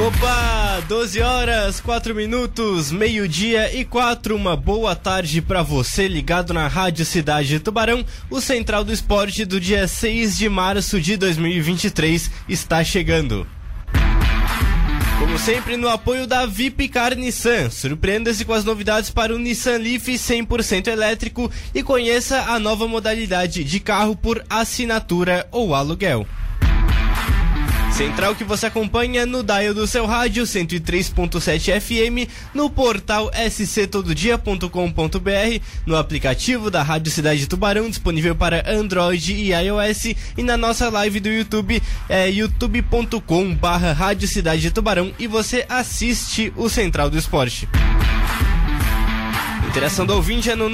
Opa, 12 horas, 4 minutos, meio-dia e 4, uma boa tarde pra você ligado na Rádio Cidade de Tubarão. O Central do Esporte do dia 6 de março de 2023 está chegando. Como sempre, no apoio da Vipcar Nissan. Surpreenda-se com as novidades para o Nissan Leaf 100% elétrico e conheça a nova modalidade de carro por assinatura ou aluguel. Central que você acompanha no dial do seu rádio 103.7 FM, no portal sctododia.com.br, no aplicativo da Rádio Cidade de Tubarão, disponível para Android e iOS, e na nossa live do YouTube, youtube.com/Rádio Cidade de Tubarão, e você assiste o Central do Esporte. Interação do ouvinte é no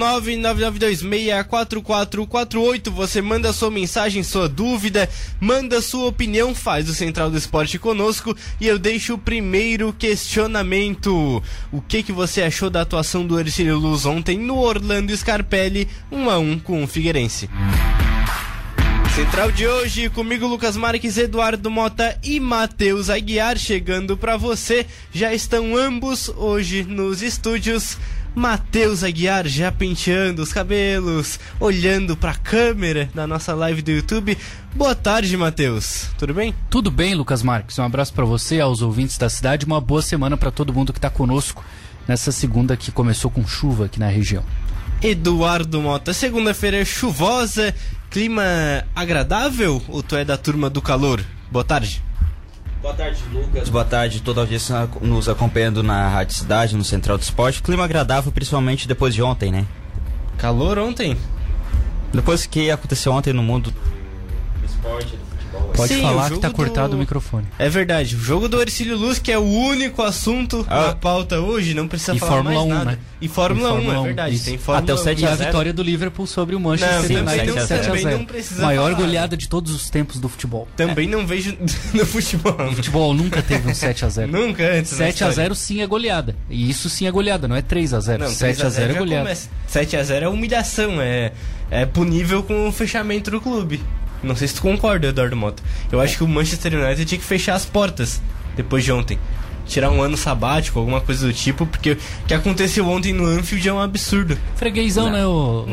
999264448. Você manda sua mensagem, sua dúvida, manda sua opinião, faz o Central do Esporte conosco e eu deixo o primeiro questionamento. O que você achou da atuação do Hercílio Luz ontem no Orlando Scarpelli, 1-1 com o Figueirense? Central de hoje, comigo Lucas Marques, Eduardo Mota e Matheus Aguiar, chegando pra você. Já estão ambos hoje nos estúdios. Matheus Aguiar já penteando os cabelos, olhando pra câmera da nossa live do YouTube. Boa tarde, Matheus. Tudo bem? Tudo bem, Lucas Marques. Um abraço pra você, aos ouvintes da cidade. Uma boa semana pra todo mundo que tá conosco nessa segunda que começou com chuva aqui na região. Eduardo Mota, segunda-feira chuvosa, clima agradável ou tu é da turma do calor? Boa tarde. Boa tarde, Lucas. Boa tarde, toda a audiência nos acompanhando na Rádio Cidade, no Central do Esporte. Clima agradável, principalmente depois de ontem, né? Calor ontem? Depois que aconteceu ontem no mundo do esporte, do futebol. Pode Sim, falar que tá cortado o microfone. É verdade, o jogo do Hercílio Luz, que é o único assunto na pauta hoje, não precisa e falar Fórmula mais 1, nada. Né? E Fórmula 1, é verdade. Isso. Tem Fórmula Até o 7 E a vitória do Liverpool sobre o Manchester United, 7-0. Maior goleada de todos os tempos do futebol. Também não vejo no futebol. O futebol nunca teve um 7-0. Nunca antes. 7-0 sim é goleada. E isso sim é goleada, não é 3-0. 7-0 é goleada. 7-0 é humilhação, é punível com o fechamento do clube. Não sei se tu concorda, Eduardo Mota. Eu acho que o Manchester United tinha que fechar as portas depois de ontem. Tirar um ano sabático, alguma coisa do tipo, porque o que aconteceu ontem no Anfield é um absurdo. Freguesão, né?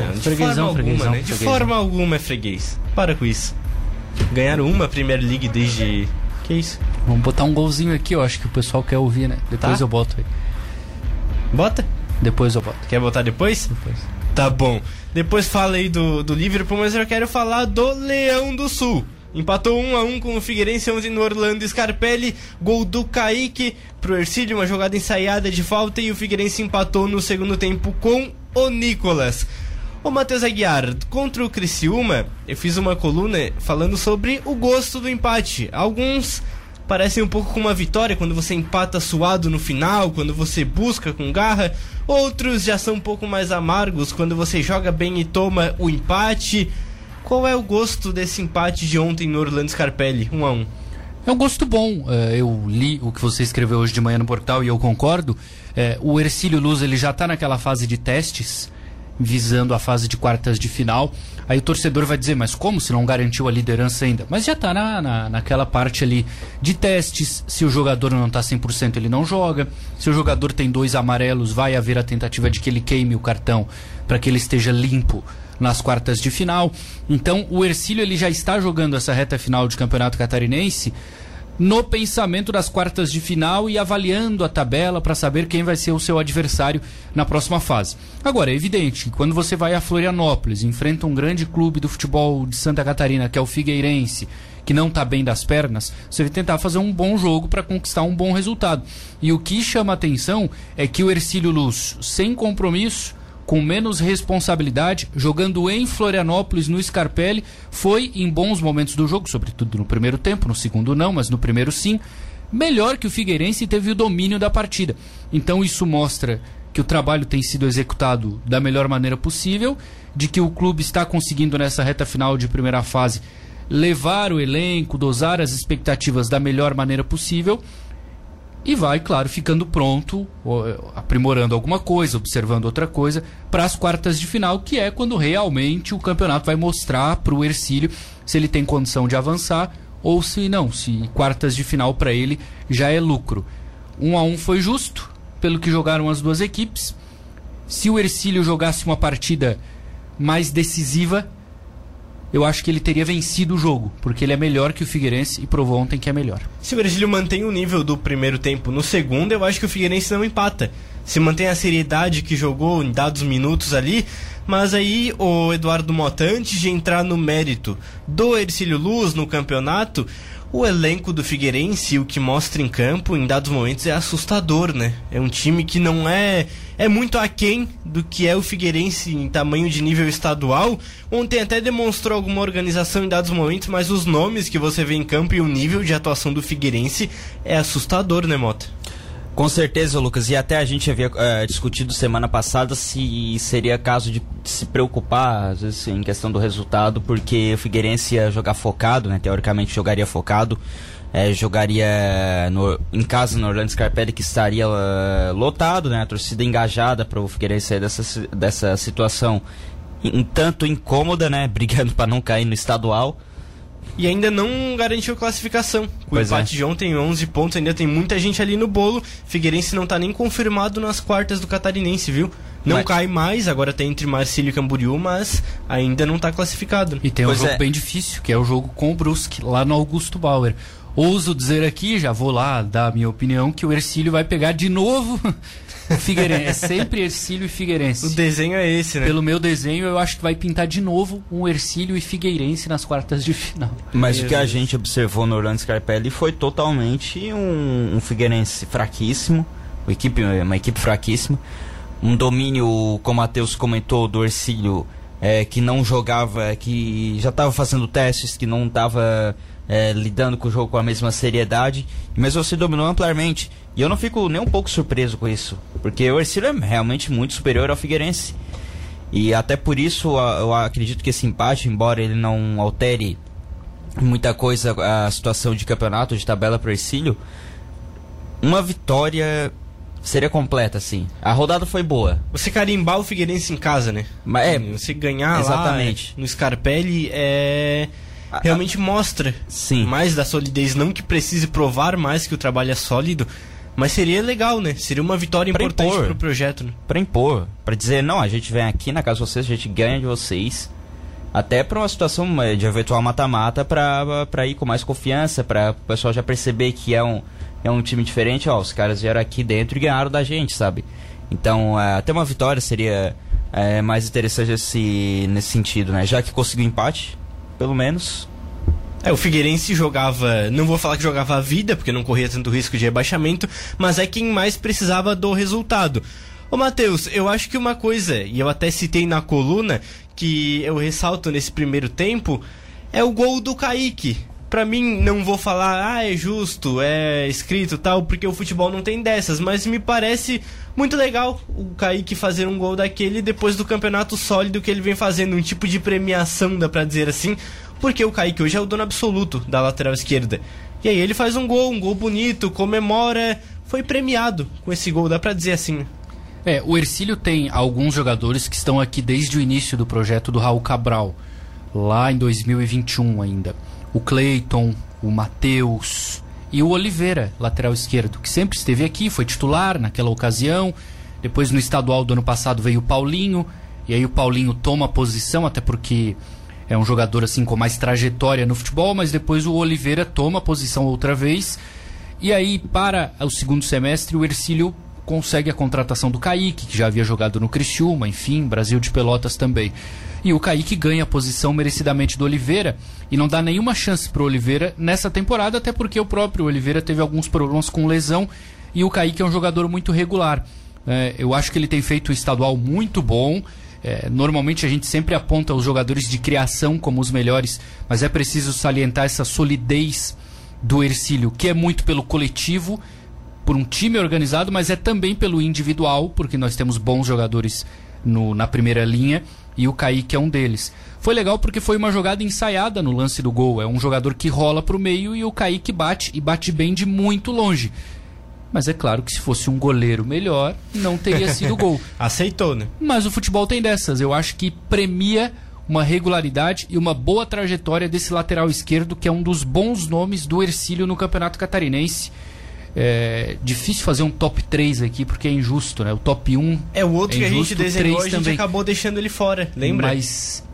De forma alguma é freguês. Para com isso. Ganharam uma Premier League desde... Que isso? Vamos botar um golzinho aqui, eu acho que o pessoal quer ouvir, né? Depois eu boto aí. Bota? Depois eu boto. Quer botar depois? Depois. Tá bom. Depois fala aí do Liverpool, mas eu quero falar do Leão do Sul. Empatou 1-1 com o Figueirense ontem no Orlando Scarpelli. Gol do Kaique pro Hercílio, uma jogada ensaiada de falta, e o Figueirense empatou no segundo tempo com o Nicolas. Ô Matheus Aguiar, contra o Criciúma, eu fiz uma coluna falando sobre o gosto do empate. Alguns parecem um pouco com uma vitória quando você empata suado no final, quando você busca com garra. Outros já são um pouco mais amargos quando você joga bem e toma o empate. Qual é o gosto desse empate de ontem no Orlando Scarpelli, 1-1? É um gosto bom. Eu li o que você escreveu hoje de manhã no portal e eu concordo. O Hercílio Luz, ele já está naquela fase de testes, visando a fase de quartas de final. Aí o torcedor vai dizer, mas como se não garantiu a liderança ainda? Mas já está naquela parte ali de testes. Se o jogador não está 100%, ele não joga. Se o jogador tem 2 amarelos, vai haver a tentativa de que ele queime o cartão para que ele esteja limpo nas quartas de final. Então o Hercílio, ele já está jogando essa reta final de campeonato catarinense no pensamento das quartas de final e avaliando a tabela para saber quem vai ser o seu adversário na próxima fase. Agora, é evidente que quando você vai a Florianópolis, enfrenta um grande clube do futebol de Santa Catarina, que é o Figueirense, que não está bem das pernas, você vai tentar fazer um bom jogo para conquistar um bom resultado. E o que chama atenção é que o Hercílio Luz, sem compromisso, com menos responsabilidade, jogando em Florianópolis, no Scarpelli, foi em bons momentos do jogo, sobretudo no primeiro tempo, no segundo não, mas no primeiro sim, melhor que o Figueirense, e teve o domínio da partida. Então isso mostra que o trabalho tem sido executado da melhor maneira possível, de que o clube está conseguindo nessa reta final de primeira fase levar o elenco, dosar as expectativas da melhor maneira possível, e vai, claro, ficando pronto, aprimorando alguma coisa, observando outra coisa, para as quartas de final, que é quando realmente o campeonato vai mostrar para o Hercílio se ele tem condição de avançar ou se quartas de final para ele já é lucro. 1-1 foi justo, pelo que jogaram as duas equipes. Se o Hercílio jogasse uma partida mais decisiva, eu acho que ele teria vencido o jogo, porque ele é melhor que o Figueirense e provou ontem que é melhor. Se o Hercílio mantém o nível do primeiro tempo no segundo, eu acho que o Figueirense não empata. Se mantém a seriedade que jogou em dados minutos ali, mas aí o Eduardo Mota, antes de entrar no mérito do Hercílio Luz no campeonato, o elenco do Figueirense, o que mostra em campo, em dados momentos, é assustador, né? É um time que não é muito aquém do que é o Figueirense em tamanho de nível estadual. Ontem até demonstrou alguma organização em dados momentos, mas os nomes que você vê em campo e o nível de atuação do Figueirense é assustador, né, Mota? Com certeza, Lucas, e até a gente havia discutido semana passada se seria caso de se preocupar, às vezes, em questão do resultado, porque o Figueirense ia jogar focado, né? Teoricamente jogaria focado, jogaria em casa no Orlando Scarpelli, que estaria lotado, né? A torcida engajada para o Figueirense sair dessa situação um tanto incômoda, né? Brigando para não cair no estadual. E ainda não garantiu classificação. Com o empate de ontem, 11 pontos, ainda tem muita gente ali no bolo. Figueirense não tá nem confirmado nas quartas do Catarinense, viu? Não cai mais, agora tem entre Marcílio e Camboriú, mas ainda não tá classificado. E tem um jogo bem difícil, que é o jogo com o Brusque, lá no Augusto Bauer. Ouso dizer aqui, já vou lá dar a minha opinião, que o Hercílio vai pegar de novo o Figueirense. É sempre Hercílio e Figueirense. O desenho é esse, né? Pelo meu desenho, eu acho que vai pintar de novo um Hercílio e Figueirense nas quartas de final. Mas o que a gente observou no Orlando Scarpelli foi totalmente um Figueirense fraquíssimo, uma equipe fraquíssima, um domínio, como o Matheus comentou, do Hercílio, que não jogava, que já estava fazendo testes, que não estava lidando com o jogo com a mesma seriedade, mas você dominou amplamente. E eu não fico nem um pouco surpreso com isso, porque o Hercílio é realmente muito superior ao Figueirense. E até por isso eu acredito que esse empate, embora ele não altere muita coisa a situação de campeonato, de tabela para o Hercílio, uma vitória seria completa, assim. A rodada foi boa. Você carimbar o Figueirense em casa, né? Você ganhar exatamente lá no Scarpelli realmente mostra mais da solidez. Não que precise provar mais que o trabalho é sólido, mas seria legal, né? Seria uma vitória importante pro projeto, né? Pra impor, pra dizer, não, a gente vem aqui na casa de vocês, a gente ganha de vocês. Até pra uma situação de eventual mata-mata, pra ir com mais confiança, pra o pessoal já perceber que é um time diferente. Ó, os caras vieram aqui dentro e ganharam da gente, sabe? Então, até uma vitória seria mais interessante nesse sentido, né? Já que conseguiu empate, pelo menos. O Figueirense jogava, não vou falar que jogava a vida, porque não corria tanto risco de rebaixamento, mas é quem mais precisava do resultado. Ô Matheus, eu acho que uma coisa, e eu até citei na coluna, que eu ressalto nesse primeiro tempo, é o gol do Kaique. Pra mim, não vou falar, é justo, é escrito tal, porque o futebol não tem dessas, mas me parece muito legal o Kaique fazer um gol daquele depois do campeonato sólido que ele vem fazendo, um tipo de premiação, dá pra dizer assim, porque o Kaique hoje é o dono absoluto da lateral esquerda. E aí ele faz um gol bonito, comemora, foi premiado com esse gol, dá pra dizer assim. O Hercílio tem alguns jogadores que estão aqui desde o início do projeto do Raul Cabral, lá em 2021 ainda. O Cleiton, o Matheus e o Oliveira, lateral esquerdo, que sempre esteve aqui, foi titular naquela ocasião. Depois no estadual do ano passado veio o Paulinho, e aí o Paulinho toma a posição, até porque é um jogador assim com mais trajetória no futebol, mas depois o Oliveira toma a posição outra vez. E aí para o segundo semestre o Hercílio consegue a contratação do Kaique, que já havia jogado no Criciúma, enfim, Brasil de Pelotas também. E o Kaique ganha a posição merecidamente do Oliveira e não dá nenhuma chance pro Oliveira nessa temporada, até porque o próprio Oliveira teve alguns problemas com lesão e o Kaique é um jogador muito regular. Eu acho que ele tem feito o estadual muito bom. Normalmente a gente sempre aponta os jogadores de criação como os melhores, mas é preciso salientar essa solidez do Hercílio, que é muito pelo coletivo, por um time organizado, mas é também pelo individual, porque nós temos bons jogadores na primeira linha, e o Kaique é um deles. Foi legal porque foi uma jogada ensaiada no lance do gol. É um jogador que rola pro meio e o Kaique bate, e bate bem de muito longe. Mas é claro que se fosse um goleiro melhor, não teria sido gol. Aceitou, né? Mas o futebol tem dessas. Eu acho que premia uma regularidade e uma boa trajetória desse lateral esquerdo, que é um dos bons nomes do Hercílio no Campeonato Catarinense. É difícil fazer um top 3 aqui, porque é injusto, né? O top 1 é o outro que a gente desenhou, a gente também acabou deixando ele fora, lembra? Mas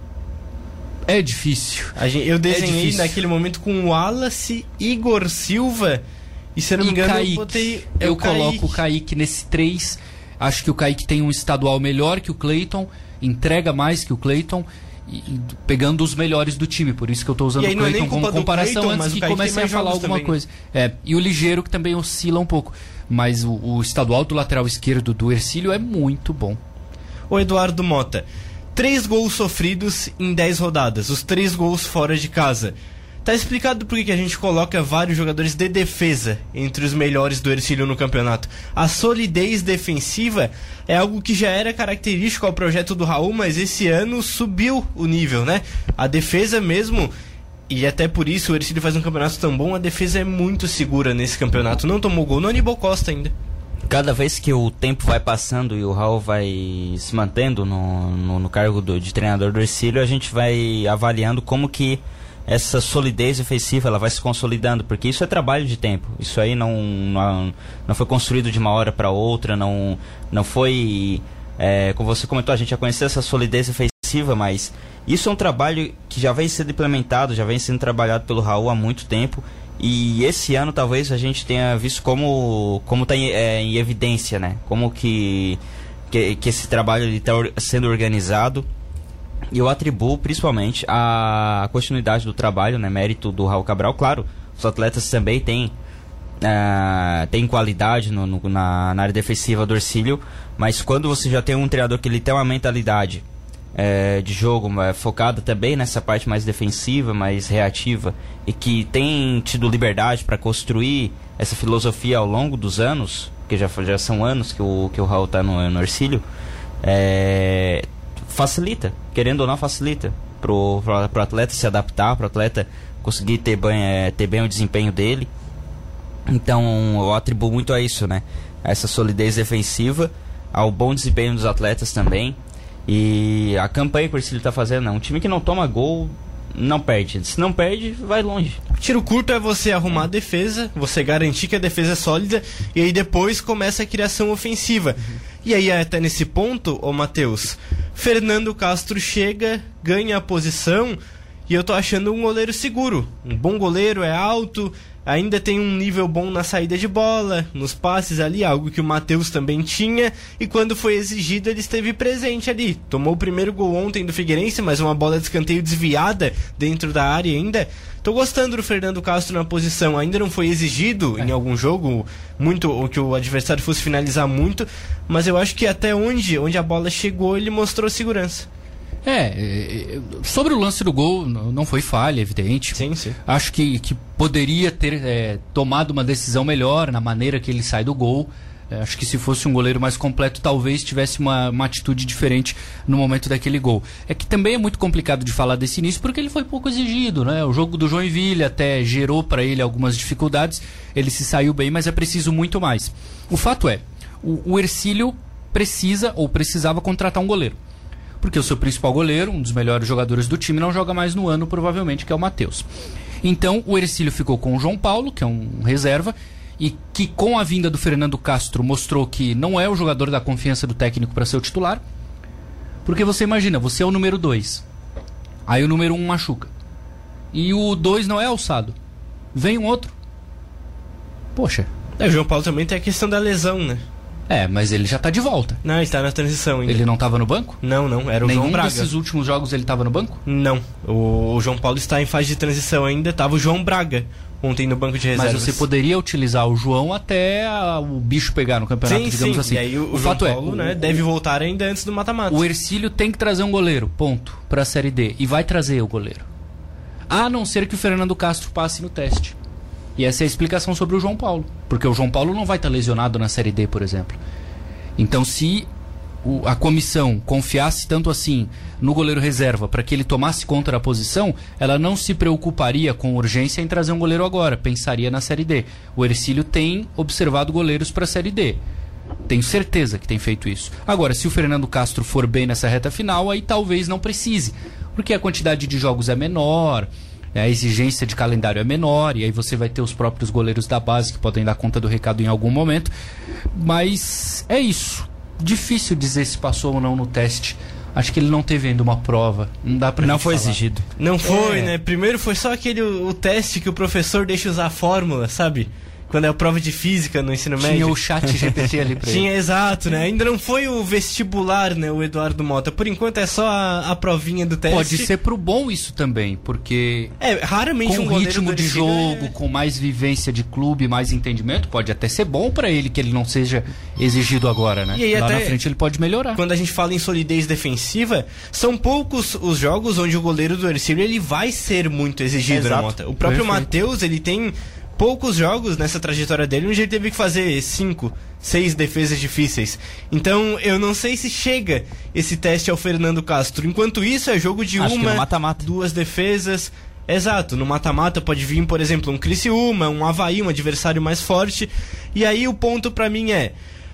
é difícil. Eu desenhei naquele momento com o Wallace, Igor Silva e, se eu não me engano, Kaique. Eu coloco o Kaique nesse 3. Acho que o Kaique tem um estadual melhor que o Cleiton, entrega mais que o Cleiton, e pegando os melhores do time. Por isso que eu estou usando o Cleiton como comparação, Clayton, antes que comecem a falar alguma também, coisa. E o Ligeiro, que também oscila um pouco. Mas o estadual do lateral esquerdo do Hercílio é muito bom. O Eduardo Mota, 3 gols sofridos em 10 rodadas, os 3 gols fora de casa. Tá explicado por que a gente coloca vários jogadores de defesa entre os melhores do Hercílio no campeonato. A solidez defensiva é algo que já era característico ao projeto do Raul, mas esse ano subiu o nível, né? A defesa mesmo, e até por isso o Hercílio faz um campeonato tão bom, a defesa é muito segura nesse campeonato. Não tomou gol no Aníbal Costa ainda. Cada vez que o tempo vai passando e o Raul vai se mantendo no cargo de treinador do Hercílio, a gente vai avaliando como que essa solidez defensiva ela vai se consolidando, porque isso é trabalho de tempo. Isso aí não foi construído de uma hora para outra, não foi, como você comentou, a gente já conhecia essa solidez defensiva, mas isso é um trabalho que já vem sendo implementado, já vem sendo trabalhado pelo Raul há muito tempo, e esse ano talvez a gente tenha visto como está em evidência, né? Como que esse trabalho está sendo organizado. E eu atribuo principalmente a continuidade do trabalho, né, mérito do Raul Cabral. Claro, os atletas também têm qualidade na área defensiva do Hercílio, mas quando você já tem um treinador que ele tem uma mentalidade de jogo focada também nessa parte mais defensiva, mais reativa, e que tem tido liberdade para construir essa filosofia ao longo dos anos, porque já são anos que o Raul está no Hercílio, facilita, querendo ou não facilita pro atleta se adaptar, pro atleta conseguir ter bem o desempenho dele. Então eu atribuo muito a isso, né? A essa solidez defensiva, ao bom desempenho dos atletas também, e a campanha que o Hercílio está fazendo. Um time que não toma gol não perde, se não perde vai longe. Tiro curto é você arrumar a defesa, você garantir que a defesa é sólida, e aí depois começa a criação ofensiva. E aí até nesse ponto, ô Matheus, Fernando Castro chega, ganha a posição, e eu tô achando um goleiro seguro. Um bom goleiro, é alto, ainda tem um nível bom na saída de bola, nos passes ali, algo que o Matheus também tinha, e quando foi exigido ele esteve presente ali. Tomou o primeiro gol ontem do Figueirense, mas uma bola de escanteio desviada dentro da área ainda. Tô gostando do Fernando Castro na posição, ainda não foi exigido em algum jogo muito que o adversário fosse finalizar muito, mas eu acho que até onde a bola chegou ele mostrou segurança. Sobre o lance do gol, não foi falha, evidente. Sim. Acho que poderia ter tomado uma decisão melhor na maneira que ele sai do gol. Acho que se fosse um goleiro mais completo, talvez tivesse uma atitude diferente no momento daquele gol. É que também é muito complicado de falar desse início, porque ele foi pouco exigido, né? O jogo do Joinville até gerou para ele algumas dificuldades, ele se saiu bem, mas é preciso muito mais. O fato é, o Hercílio precisava contratar um goleiro. Porque o seu principal goleiro, um dos melhores jogadores do time, não joga mais no ano, provavelmente, que é o Matheus. Então, o Hercílio ficou com o João Paulo, que é um reserva, e que com a vinda do Fernando Castro mostrou que não é o jogador da confiança do técnico para ser o titular. Porque você imagina, você é o número 2. Aí o número 1 machuca. E o 2 não é alçado. Vem um outro. Poxa. O João Paulo também tem a questão da lesão, né? Mas ele já tá de volta. Não, ele tá na transição ainda. Ele não tava no banco? Não, era o João Braga. Nenhum desses últimos jogos ele tava no banco? Não, o João Paulo está em fase de transição ainda, tava o João Braga ontem no banco de reservas. Mas você poderia utilizar o João até o bicho pegar no campeonato, digamos assim. E aí o João Paulo deve voltar ainda antes do mata-mata. O Hercílio tem que trazer um goleiro, ponto, pra Série D. E vai trazer o goleiro. A não ser que o Fernando Castro passe no teste. E essa é a explicação sobre o João Paulo. Porque o João Paulo não vai estar lesionado na Série D, por exemplo. Então, se a comissão confiasse tanto assim no goleiro reserva para que ele tomasse conta da posição, ela não se preocuparia com urgência em trazer um goleiro agora. Pensaria na Série D. O Hercílio tem observado goleiros para a Série D. Tenho certeza que tem feito isso. Agora, se o Fernando Castro for bem nessa reta final, aí talvez não precise. Porque a quantidade de jogos é menor, a exigência de calendário é menor, e aí você vai ter os próprios goleiros da base que podem dar conta do recado em algum momento. Mas é isso. Difícil dizer se passou ou não no teste. Acho que ele não teve ainda uma prova. Não dá pra Não foi falar. exigido. Não foi, né? Primeiro foi só o teste que o professor deixa usar a fórmula, sabe? Quando é a prova de física no ensino médio. Tinha o chat GPT ali pra ele. Tinha, exato, né? Ainda não foi o vestibular, né? O Eduardo Mota. Por enquanto é só a provinha do teste. Pode ser pro bom isso também, porque raramente com um goleiro ritmo do de Ercílio jogo, com mais vivência de clube, mais entendimento, pode até ser bom pra ele que ele não seja exigido agora, né? E aí, lá até na frente ele pode melhorar. Quando a gente fala em solidez defensiva, são poucos os jogos onde o goleiro do Ercílio ele vai ser muito exigido, né, Exato. Mota? O próprio Perfeito. Matheus, ele tem poucos jogos nessa trajetória dele onde ele teve que fazer 5, 6 defesas difíceis. Então, eu não sei se chega esse teste ao Fernando Castro. Enquanto isso, é jogo de Acho que no uma, mata-mata. 2 defesas. Exato, no mata-mata pode vir, por exemplo, um Criciúma, um Avaí, um adversário mais forte. E aí o ponto pra mim é: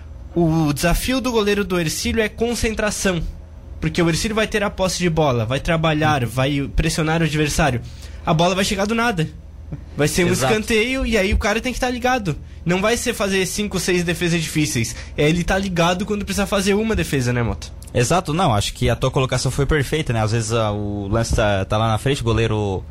o desafio do goleiro do Ercílio é concentração. Porque o Ercílio vai ter a posse de bola, vai trabalhar, vai pressionar o adversário. A bola vai chegar do nada. Vai ser um Exato. escanteio e aí o cara tem que estar ligado. Não vai ser fazer 5, 6 defesas difíceis. É ele estar ligado quando precisa fazer uma defesa, né, Mota? Exato, não, acho que a tua colocação foi perfeita, né? Às vezes o lance tá lá na frente, o goleiro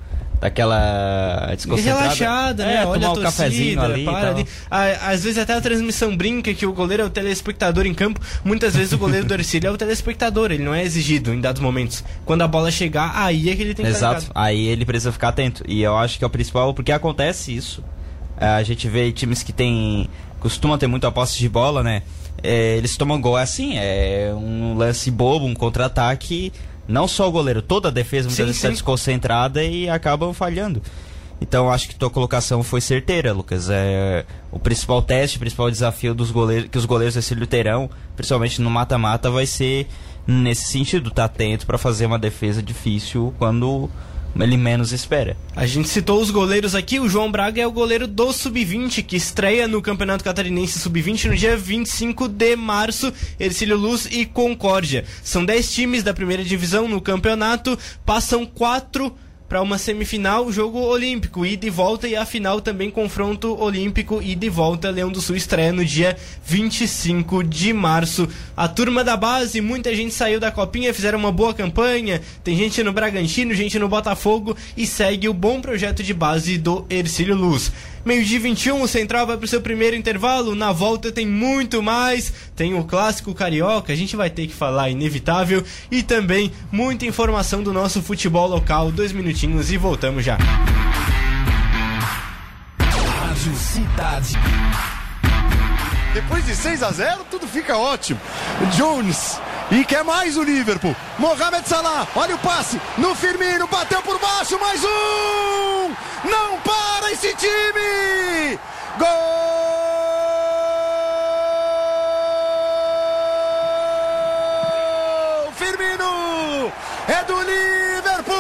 daquela desconcentrada. Relaxada, né? Olha tomar a um torcida, cafezinho ali e para tal. ali. Às vezes até a transmissão brinca que o goleiro é o telespectador em campo. Muitas vezes o goleiro do Ercílio é o telespectador, ele não é exigido em dados momentos. Quando a bola chegar, aí é que ele tem que estar Exato, ligado. aí ele precisa ficar atento. E eu acho que é o principal, porque acontece isso. A gente vê times que costumam ter muita posse de bola, né? Eles tomam gol assim, é um lance bobo, um contra-ataque. Não só o goleiro, toda a defesa muitas vezes está desconcentrada e acabam falhando. Então acho que tua colocação foi certeira, Lucas. O principal teste, o principal desafio dos goleiros, que os goleiros do Ercílio terão, principalmente no mata-mata, vai ser nesse sentido, estar atento para fazer uma defesa difícil quando ele menos espera. A gente citou os goleiros aqui. O João Braga é o goleiro do Sub-20, que estreia no Campeonato Catarinense Sub-20 no dia 25 de março. Ercílio Luz e Concórdia. São 10 times da primeira divisão no campeonato. Passam 4 para uma semifinal, jogo olímpico, ida e volta, e a final também confronto olímpico, ida e volta. Leão do Sul estreia no dia 25 de março. A turma da base, muita gente saiu da copinha, fizeram uma boa campanha, tem gente no Bragantino, gente no Botafogo, e segue o bom projeto de base do Ercílio Luz. Meio-dia 21, o Central vai pro seu primeiro intervalo. Na volta tem muito mais. Tem o clássico carioca, a gente vai ter que falar, inevitável. E também muita informação do nosso futebol local. 2 minutinhos e voltamos já. Rádio Cidade. Depois de 6-0, tudo fica ótimo. Jones. E quer mais o Liverpool. Mohamed Salah, olha o passe no Firmino, bateu por baixo, mais um! Não para esse time! Gol! Firmino! É do Liverpool!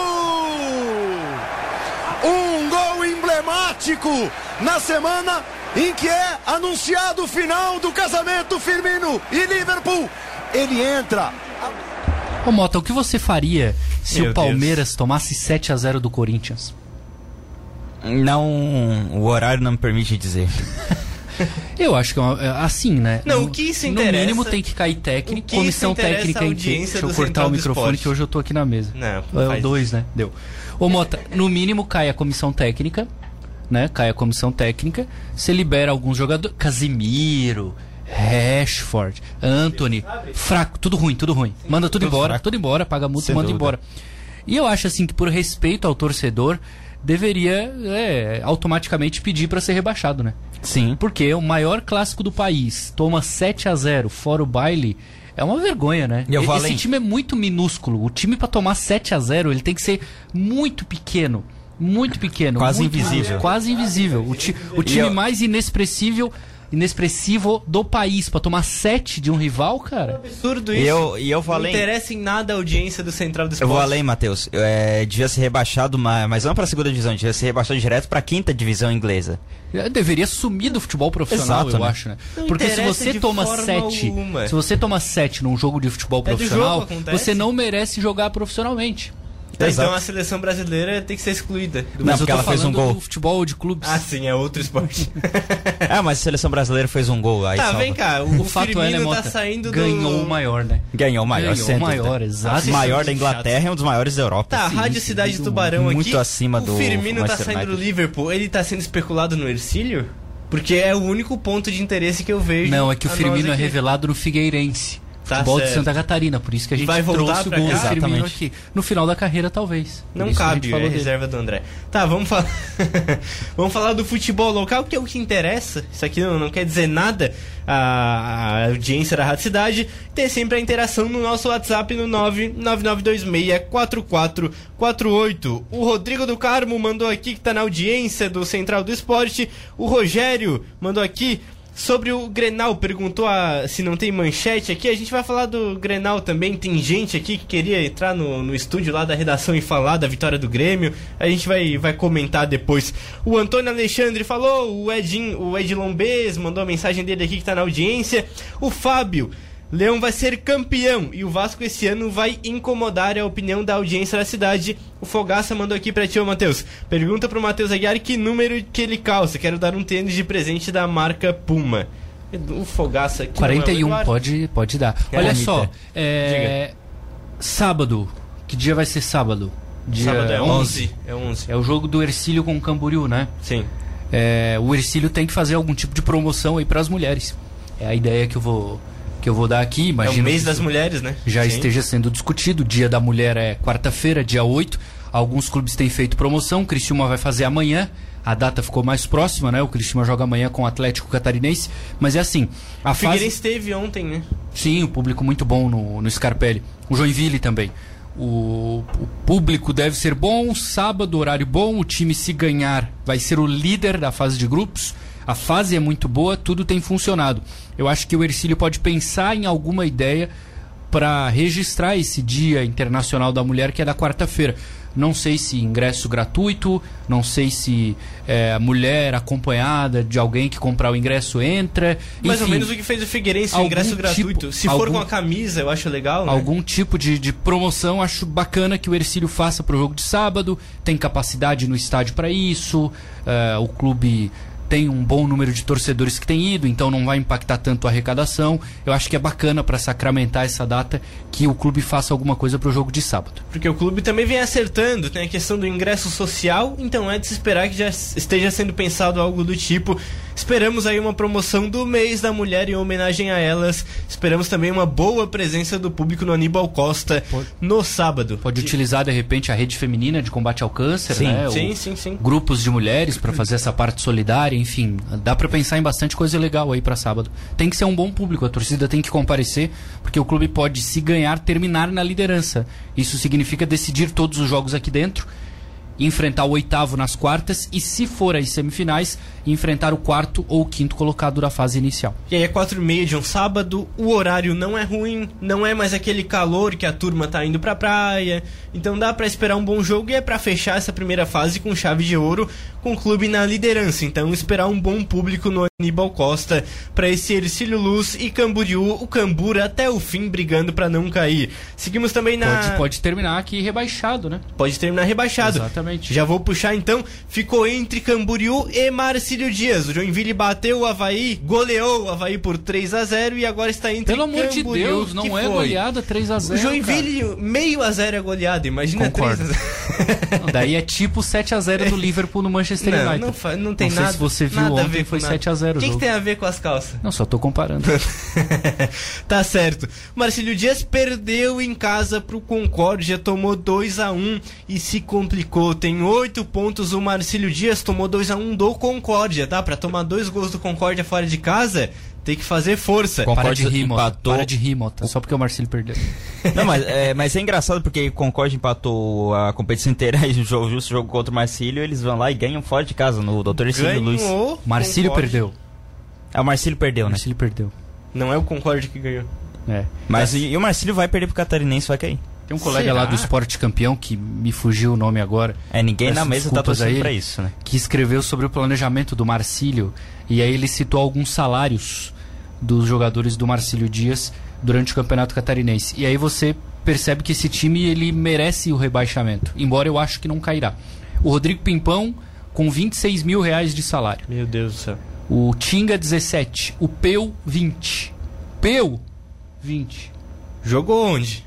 Um gol emblemático na semana em que é anunciado o final do casamento Firmino e Liverpool. Ele entra. Ô Mota, o que você faria se Meu o Palmeiras tomasse 7-0 do Corinthians? Não, o horário não me permite dizer. Eu acho que é assim, né? Não, o que isso interessa- No mínimo tem que cair técnico, o que comissão isso interessa técnica a em audiência Deixa eu do cortar Central o do microfone Esporte. que hoje eu tô aqui na mesa. Não, É o faz 2, né? Deu. Ô Mota, no mínimo cai a comissão técnica, né? Cai a comissão técnica, você libera alguns jogadores. Casimiro, Rashford, Anthony, fraco, tudo ruim. Manda tudo embora, fraco. tudo embora, paga multa e Sem manda dúvida. embora. E eu acho assim que por respeito ao torcedor, deveria automaticamente pedir pra ser rebaixado, né? Sim. Porque o maior clássico do país toma 7-0 fora o baile, é uma vergonha, né? E eu vou Esse além. time é muito minúsculo. O time pra tomar 7-0, ele tem que ser muito pequeno. Muito pequeno. Quase muito invisível. Quase invisível. O time eu- mais inexpressível inexpressivo do país pra tomar 7 de um rival, cara. Absurdo isso. E eu falei... Não interessa em nada a audiência do Central do Esporte. Eu vou além, Matheus. Devia ser rebaixado, mas não pra segunda divisão, devia ser rebaixado direto pra quinta divisão inglesa. Deveria sumir do futebol profissional, Exato, eu né? acho, né? Não Porque se interessa você de toma forma 7, alguma. se você toma 7 num jogo de futebol É do profissional, jogo, acontece. você não merece jogar profissionalmente. Tá, Exato. então a seleção brasileira tem que ser excluída. Mas eu porque tô ela fez falando um gol. do futebol de clubes. Ah, sim, é outro esporte. Mas a seleção brasileira fez um gol aí. Tá, salva. vem cá, O o fato é, Firmino né, tá Mota? saindo Ganhou o maior, né? Ganhou o maior, Ganhou sem o dúvida. maior, exato. O maior da Inglaterra é um dos maiores da Europa. Tá, a Sim, Rádio sim, Cidade do Tubarão mundo. aqui. Muito acima do O Firmino tá Manchester saindo do United. Liverpool, ele tá sendo especulado no Ercílio? Porque é o único ponto de interesse que eu vejo. Não, é que o a Firmino nós é aqui. revelado no Figueirense. Tá Futebol de certo. Santa Catarina, por isso que a gente Vai voltar trouxe o pra gol cá? do Firmino Exatamente. aqui. No final da carreira, talvez. Por Não isso que a gente cabe, é falou a dele. reserva do André. Tá, vamos falar. Vamos falar do futebol local, que é o que interessa. Isso aqui não quer dizer nada. A audiência da Rádio Cidade tem sempre a interação no nosso WhatsApp no 999264448. O Rodrigo do Carmo mandou aqui que tá na audiência do Central do Esporte. O Rogério mandou aqui sobre o Grenal, perguntou se não tem manchete aqui. A gente vai falar do Grenal também. Tem gente aqui que queria entrar no estúdio lá da redação e falar da vitória do Grêmio. A gente vai comentar depois. O Antônio Alexandre falou, o Edilon Bez mandou a mensagem dele aqui que tá na audiência. O Fábio: Leão vai ser campeão e o Vasco esse ano vai incomodar, a opinião da audiência da cidade. O Fogaça mandou aqui pra ti, ô Matheus. Pergunta pro Matheus Aguiar que número que ele calça. Quero dar um tênis de presente da marca Puma. O Fogaça aqui. 41, não é o Eduardo? pode dar. É, Olha Anitta. só, sábado. Que dia vai ser sábado? Dia Sábado é 11. 11. É 11. É o jogo do Ercílio com o Camboriú, né? Sim. O Ercílio tem que fazer algum tipo de promoção aí pras mulheres. É a ideia que eu vou dar aqui. É o Imagino mês que das isso mulheres, né? já Sim. esteja sendo discutido. O Dia da Mulher é quarta-feira, dia 8. Alguns clubes têm feito promoção. O Criciúma vai fazer amanhã. A data ficou mais próxima, né? O Criciúma joga amanhã com o Atlético Catarinense. Mas é assim, a O Figueirense fase... teve ontem, né? Sim, o público muito bom no Scarpelli. O Joinville também. O público deve ser bom, sábado, horário bom. O time, se ganhar, vai ser o líder da fase de grupos. A fase é muito boa, tudo tem funcionado. Eu acho que o Ercílio pode pensar em alguma ideia para registrar esse Dia Internacional da Mulher, que é da quarta-feira. Não sei se ingresso gratuito, não sei se a mulher acompanhada de alguém que comprar o ingresso entra. Mais ou Enfim, menos o que fez o Figueirense, o algum ingresso tipo- gratuito. Se for algum- com a camisa, eu acho legal, né? algum tipo de promoção. Acho bacana que o Ercílio faça pro jogo de sábado. Tem capacidade no estádio para isso. O clube tem um bom número de torcedores que tem ido, então não vai impactar tanto a arrecadação. Eu acho que é bacana para sacramentar essa data que o clube faça alguma coisa pro jogo de sábado. Porque o clube também vem acertando, tem a questão do ingresso social, então é de se esperar que já esteja sendo pensado algo do tipo. Esperamos aí uma promoção do mês da mulher em homenagem a elas. Esperamos também uma boa presença do público no Aníbal Costa no sábado. Pode utilizar, de repente, a rede feminina de combate ao câncer, Sim. né? Sim. Grupos de mulheres para fazer essa parte solidária, enfim, dá para pensar em bastante coisa legal aí para sábado. Tem que ser um bom público, a torcida tem que comparecer, porque o clube pode, se ganhar, terminar na liderança. Isso significa decidir todos os jogos aqui dentro, enfrentar o oitavo nas quartas e, se for às semifinais, enfrentar o quarto ou o quinto colocado da fase inicial. E aí é 4h30 de um sábado, o horário não é ruim, não é mais aquele calor que a turma tá indo pra praia, então dá pra esperar um bom jogo e é pra fechar essa primeira fase com chave de ouro, com o clube na liderança. Então esperar um bom público no Aníbal Costa pra esse Ercílio Luz e Camboriú, o Cambura até o fim brigando pra não cair. Seguimos também na... Pode terminar aqui rebaixado, né? Pode terminar rebaixado. Exatamente. Já vou puxar então. Ficou entre Camboriú e Marcílio Dias. O Joinville bateu o Avaí, goleou o Avaí por 3-0 e agora está entre Pelo amor de Camboriú, Deus, que não é foi. goleada 3-0. O Joinville, meio a 0 é goleada, imagina Concordo. 3-0. Não, daí é tipo 7-0 do Liverpool no Manchester United. Não tem Não sei nada. se você viu nada a ontem, ver foi com nada. 7-0 O o que jogo. tem a ver com as calças? Não, só tô comparando. Tá certo. Marcílio Dias perdeu em casa pro Concórdia, tomou 2-1 e se complicou. Tem 8 pontos o Marcílio Dias, tomou 2-1 do Concórdia, tá? Pra tomar 2 gols do Concórdia fora de casa, tem que fazer força. Para de rir, Mota. empatou. Para de rir, Mota. Só porque o Marcílio perdeu. Não, mas é engraçado porque o Concórdia empatou a competição inteira e o justo jogo contra o Marcílio, eles vão lá e ganham fora de casa no Dr. Ercílio Luz. Ganhou. Marcílio Concórdia. perdeu. O Marcílio perdeu, O né? Marcílio perdeu. Não é o Concorde que ganhou. Mas e o Marcílio vai perder pro Catarinense, vai cair. Tem um colega Será? lá do Esporte Campeão, que me fugiu o nome agora, Ninguém na Peço mesa tá desculpas a torcendo ele. pra isso, né? que escreveu sobre o planejamento do Marcílio, e aí ele citou alguns salários dos jogadores do Marcílio Dias durante o Campeonato Catarinense. E aí você percebe que esse time ele merece o rebaixamento, embora eu acho que não cairá. O Rodrigo Pimpão com 26 mil reais de salário. Meu Deus do céu. O Tinga 17. O Peu 20. Peu 20. Jogou onde?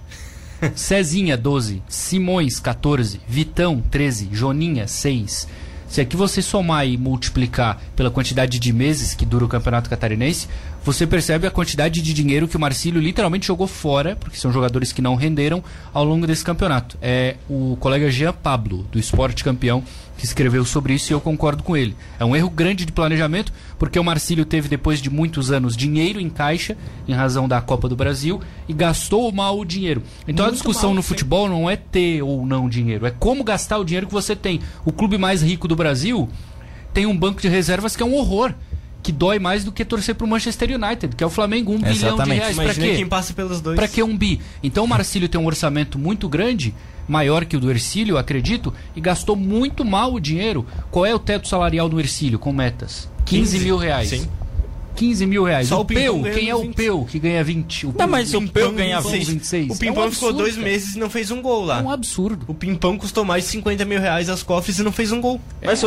Cezinha 12. Simões 14. Vitão 13. Joninha 6. Se aqui você somar e multiplicar pela quantidade de meses que dura o Campeonato Catarinense, você percebe a quantidade de dinheiro que o Marcílio literalmente jogou fora, porque são jogadores que não renderam ao longo desse campeonato. É o colega Jean Pablo, do Esporte Campeão, que escreveu sobre isso, e eu concordo com ele. É um erro grande de planejamento, porque o Marcílio teve, depois de muitos anos, dinheiro em caixa, em razão da Copa do Brasil, e gastou mal o dinheiro. Então a discussão no futebol não é ter ou não dinheiro, é como gastar o dinheiro que você tem. O clube mais rico do Brasil tem um banco de reservas que é um horror, que dói mais do que torcer pro Manchester United, que é o Flamengo, 1 bilhão de Exatamente. reais. Pra Imagina quê? quem passa pelos dois. Pra que 1 bi? Então o Marcílio tem um orçamento muito grande, maior que o do Ercílio, acredito, e gastou muito mal o dinheiro. Qual é o teto salarial do Ercílio com metas? 15 mil reais. Sim. 15 mil reais. Só o o Pimpão Peu, ganha quem é o 20. Peu que ganha 20? Não, mas o Peu ganha 26. O Pimpão É um ficou absurdo, 2 cara. meses e não fez um gol lá. É um absurdo. O Pimpão custou mais de 50 mil reais aos cofres e não fez um gol. Mas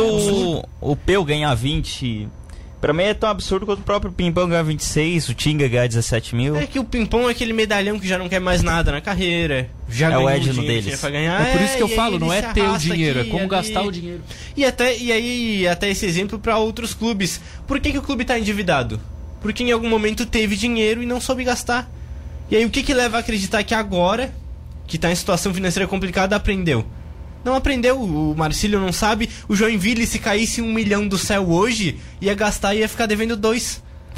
o Peu ganhar 20... Pra mim é tão absurdo quanto o próprio Pimpão ganhar 26, o Tinga ganhar 17 mil. É que o Pimpão é aquele medalhão que já não quer mais nada na carreira. Já É ganhou o Edno dinheiro que deles. tinha pra ganhar. É por isso que eu e aí falo, ele não é se ter o arrasta dinheiro, aqui, é como ali. gastar o dinheiro. E até esse exemplo pra outros clubes. Por que o clube tá endividado? Porque em algum momento teve dinheiro e não soube gastar. E aí o que leva a acreditar que agora, que tá em situação financeira complicada, aprendeu? Não aprendeu, o Marcílio não sabe. O Joinville, se caísse 1 milhão do céu hoje, ia gastar e ia ficar devendo 2.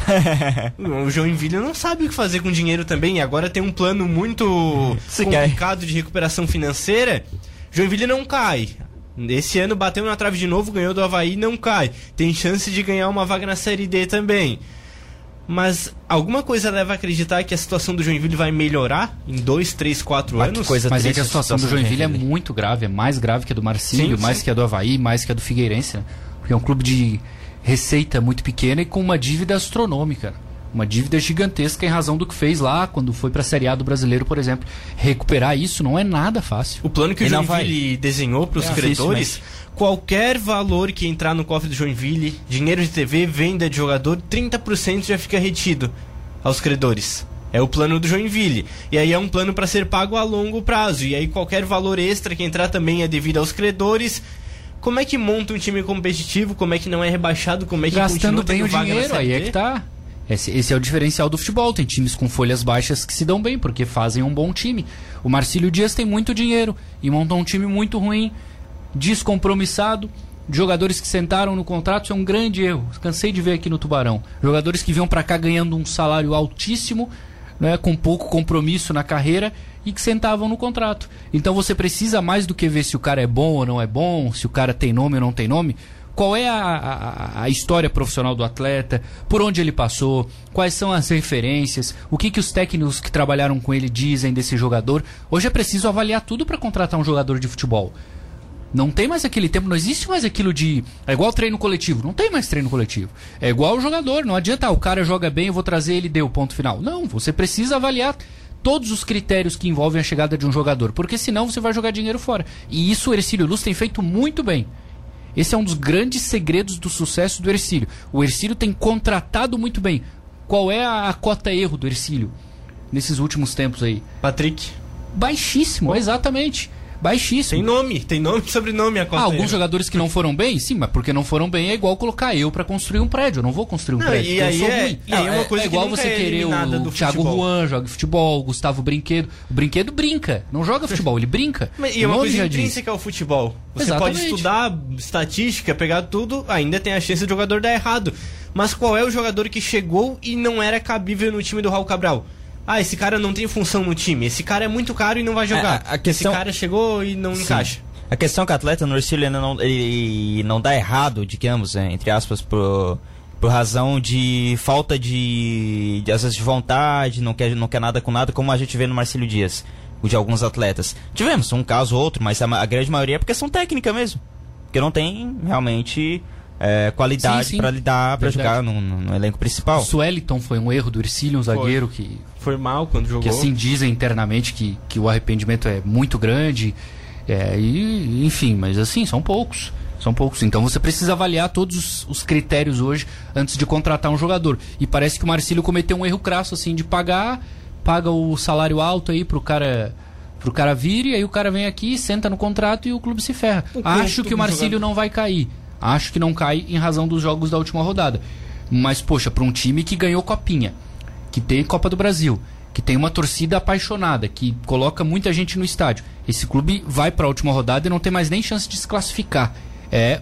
O Joinville não sabe o que fazer com dinheiro também. E agora tem um plano muito complicado de recuperação financeira. Joinville não cai. Esse ano bateu na trave de novo, ganhou do Avaí, não cai. Tem chance de ganhar uma vaga na Série D também. Mas alguma coisa leva a acreditar que a situação do Joinville vai melhorar em 2, 3, 4 Mas anos? que coisa Mas é triste que a situação do Joinville é Joinville. muito grave, é mais grave que a do Marcílio, Sim, mais sim. que a do Avaí, mais que a do Figueirense, né? Porque é um clube de receita muito pequena e com uma dívida astronômica. Uma dívida gigantesca em razão do que fez lá quando foi pra Série A do Brasileiro, por exemplo. Recuperar isso não é nada fácil. O plano que o E não Joinville desenhou para os credores, qualquer valor que entrar no cofre do Joinville, dinheiro de TV, venda de jogador, 30% já fica retido aos credores. É o plano do Joinville. E aí é um plano para ser pago a longo prazo. E aí qualquer valor extra que entrar também é devido aos credores. Como é que monta um time competitivo? Como é que não é rebaixado? Como é que Gastando continua bem tendo o vaga na dinheiro, Série aí é D? que tá. Esse é o diferencial do futebol. Tem times com folhas baixas que se dão bem, porque fazem um bom time. O Marcílio Dias tem muito dinheiro e montou um time muito ruim, descompromissado. Jogadores que sentaram no contrato, isso é um grande erro. Cansei de ver aqui no Tubarão. Jogadores que vinham pra cá ganhando um salário altíssimo, né, com pouco compromisso na carreira, e que sentavam no contrato. Então você precisa, mais do que ver se o cara é bom ou não é bom, se o cara tem nome ou não tem nome, qual é a história profissional do atleta, por onde ele passou, quais são as referências, o que os técnicos que trabalharam com ele dizem desse jogador. Hoje é preciso avaliar tudo para contratar um jogador de futebol. Não tem mais aquele tempo, não existe mais aquilo de... É igual treino coletivo, não tem mais treino coletivo. É igual o jogador, não adianta, o cara joga bem, eu vou trazer ele, deu, ponto final. Não, você precisa avaliar todos os critérios que envolvem a chegada de um jogador, porque senão você vai jogar dinheiro fora. E isso o Ercílio Luz tem feito muito bem. Esse é um dos grandes segredos do sucesso do Ercílio. O Ercílio tem contratado muito bem. Qual é a cota erro do Ercílio nesses últimos tempos aí? Patrick. Baixíssimo, exatamente. Baixíssimo. Tem nome e sobrenome a cota. Alguns jogadores que não foram bem, sim, mas porque não foram bem é igual colocar eu pra construir um prédio. Eu não vou construir um Não, prédio, e porque eu aí sou é- ruim. e aí é uma coisa é que igual nunca você é querer eliminada o do Thiago futebol. Juan joga futebol, o Gustavo Brinquedo. O Brinquedo brinca, não joga futebol, ele brinca. E é O uma nome coisa já diz. intrínseca ao futebol. Você Exatamente. pode estudar estatística, pegar tudo, ainda tem a chance do jogador dar errado. Mas qual é o jogador que chegou e não era cabível no time do Raul Cabral? Ah, esse cara não tem função no time, esse cara é muito caro e não vai jogar. A questão- Esse cara chegou e não encaixa. A questão é que o atleta no Ercílio ele não dá errado, digamos, entre aspas, por razão de falta às vezes de vontade, não quer nada com nada, como a gente vê no Marcílio Dias, de alguns atletas. Tivemos um caso ou outro, mas a grande maioria é porque são técnica mesmo, porque não tem realmente qualidade para jogar no elenco principal. O Sueliton foi um erro do Ercílio, um zagueiro que foi mal quando jogou. Que assim dizem internamente que o arrependimento é muito grande, enfim, mas assim, são poucos. Então você precisa avaliar todos os critérios hoje antes de contratar um jogador. E parece que o Marcílio cometeu um erro crasso, assim, de paga o salário alto aí pro cara vir, e aí o cara vem aqui, senta no contrato e o clube se ferra. Acho que o Marcílio não vai cair. Acho que não cai em razão dos jogos da última rodada. Mas, poxa, para um time que ganhou Copinha, que tem Copa do Brasil, que tem uma torcida apaixonada, que coloca muita gente no estádio, esse clube vai para a última rodada e não tem mais nem chance de se classificar. É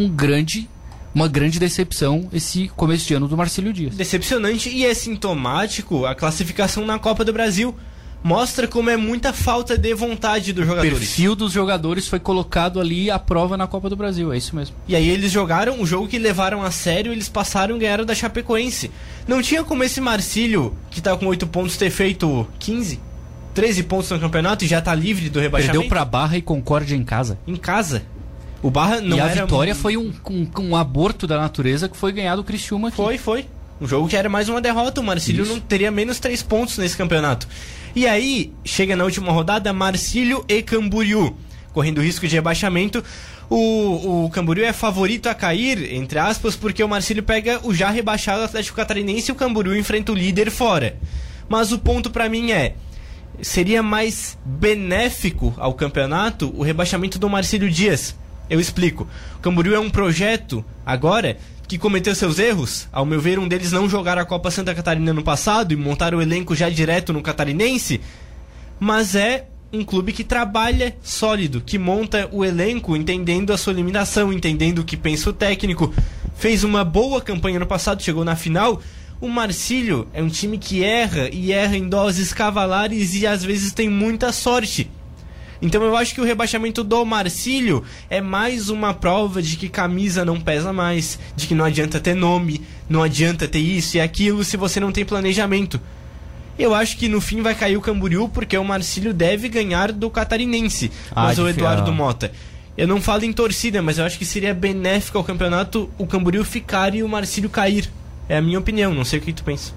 uma grande decepção esse começo de ano do Marcílio Dias. Decepcionante, e é sintomático a classificação na Copa do Brasil. Mostra como é muita falta de vontade dos jogadores. O perfil dos jogadores foi colocado ali à prova na Copa do Brasil, é isso mesmo. E aí eles jogaram o jogo que levaram a sério, eles passaram e ganharam da Chapecoense. Não tinha como esse Marcílio, que tá com 8 pontos, ter feito 15, 13 pontos no campeonato e já tá livre do rebaixamento. Perdeu pra Barra e Concórdia em casa. Em casa. O Barra não era... E a vitória foi um aborto da natureza que foi ganhar do Criciúma aqui. Foi. Um jogo que era mais uma derrota. O Marcílio não teria menos 3 pontos nesse campeonato. E aí, chega na última rodada, Marcílio e Camboriú, correndo risco de rebaixamento. O Camboriú é favorito a cair, entre aspas, porque o Marcílio pega o já rebaixado Atlético Catarinense e o Camboriú enfrenta o líder fora. Mas o ponto pra mim seria mais benéfico ao campeonato o rebaixamento do Marcílio Dias. Eu explico. O Camboriú é um projeto, agora, que cometeu seus erros. Ao meu ver, um deles não jogar a Copa Santa Catarina no passado e montar o elenco já direto no Catarinense. Mas é um clube que trabalha sólido, que monta o elenco entendendo a sua limitação, entendendo o que pensa o técnico. Fez uma boa campanha no passado, chegou na final. O Marcílio é um time que erra, e erra em doses cavalares e às vezes tem muita sorte. Então eu acho que o rebaixamento do Marcílio é mais uma prova de que camisa não pesa mais, de que não adianta ter nome, não adianta ter isso e aquilo se você não tem planejamento. Eu acho que no fim vai cair o Camboriú, porque o Marcílio deve ganhar do Catarinense, mas o Eduardo Mota. Eu não falo em torcida, mas eu acho que seria benéfico ao campeonato o Camboriú ficar e o Marcílio cair. É a minha opinião, não sei o que tu pensa.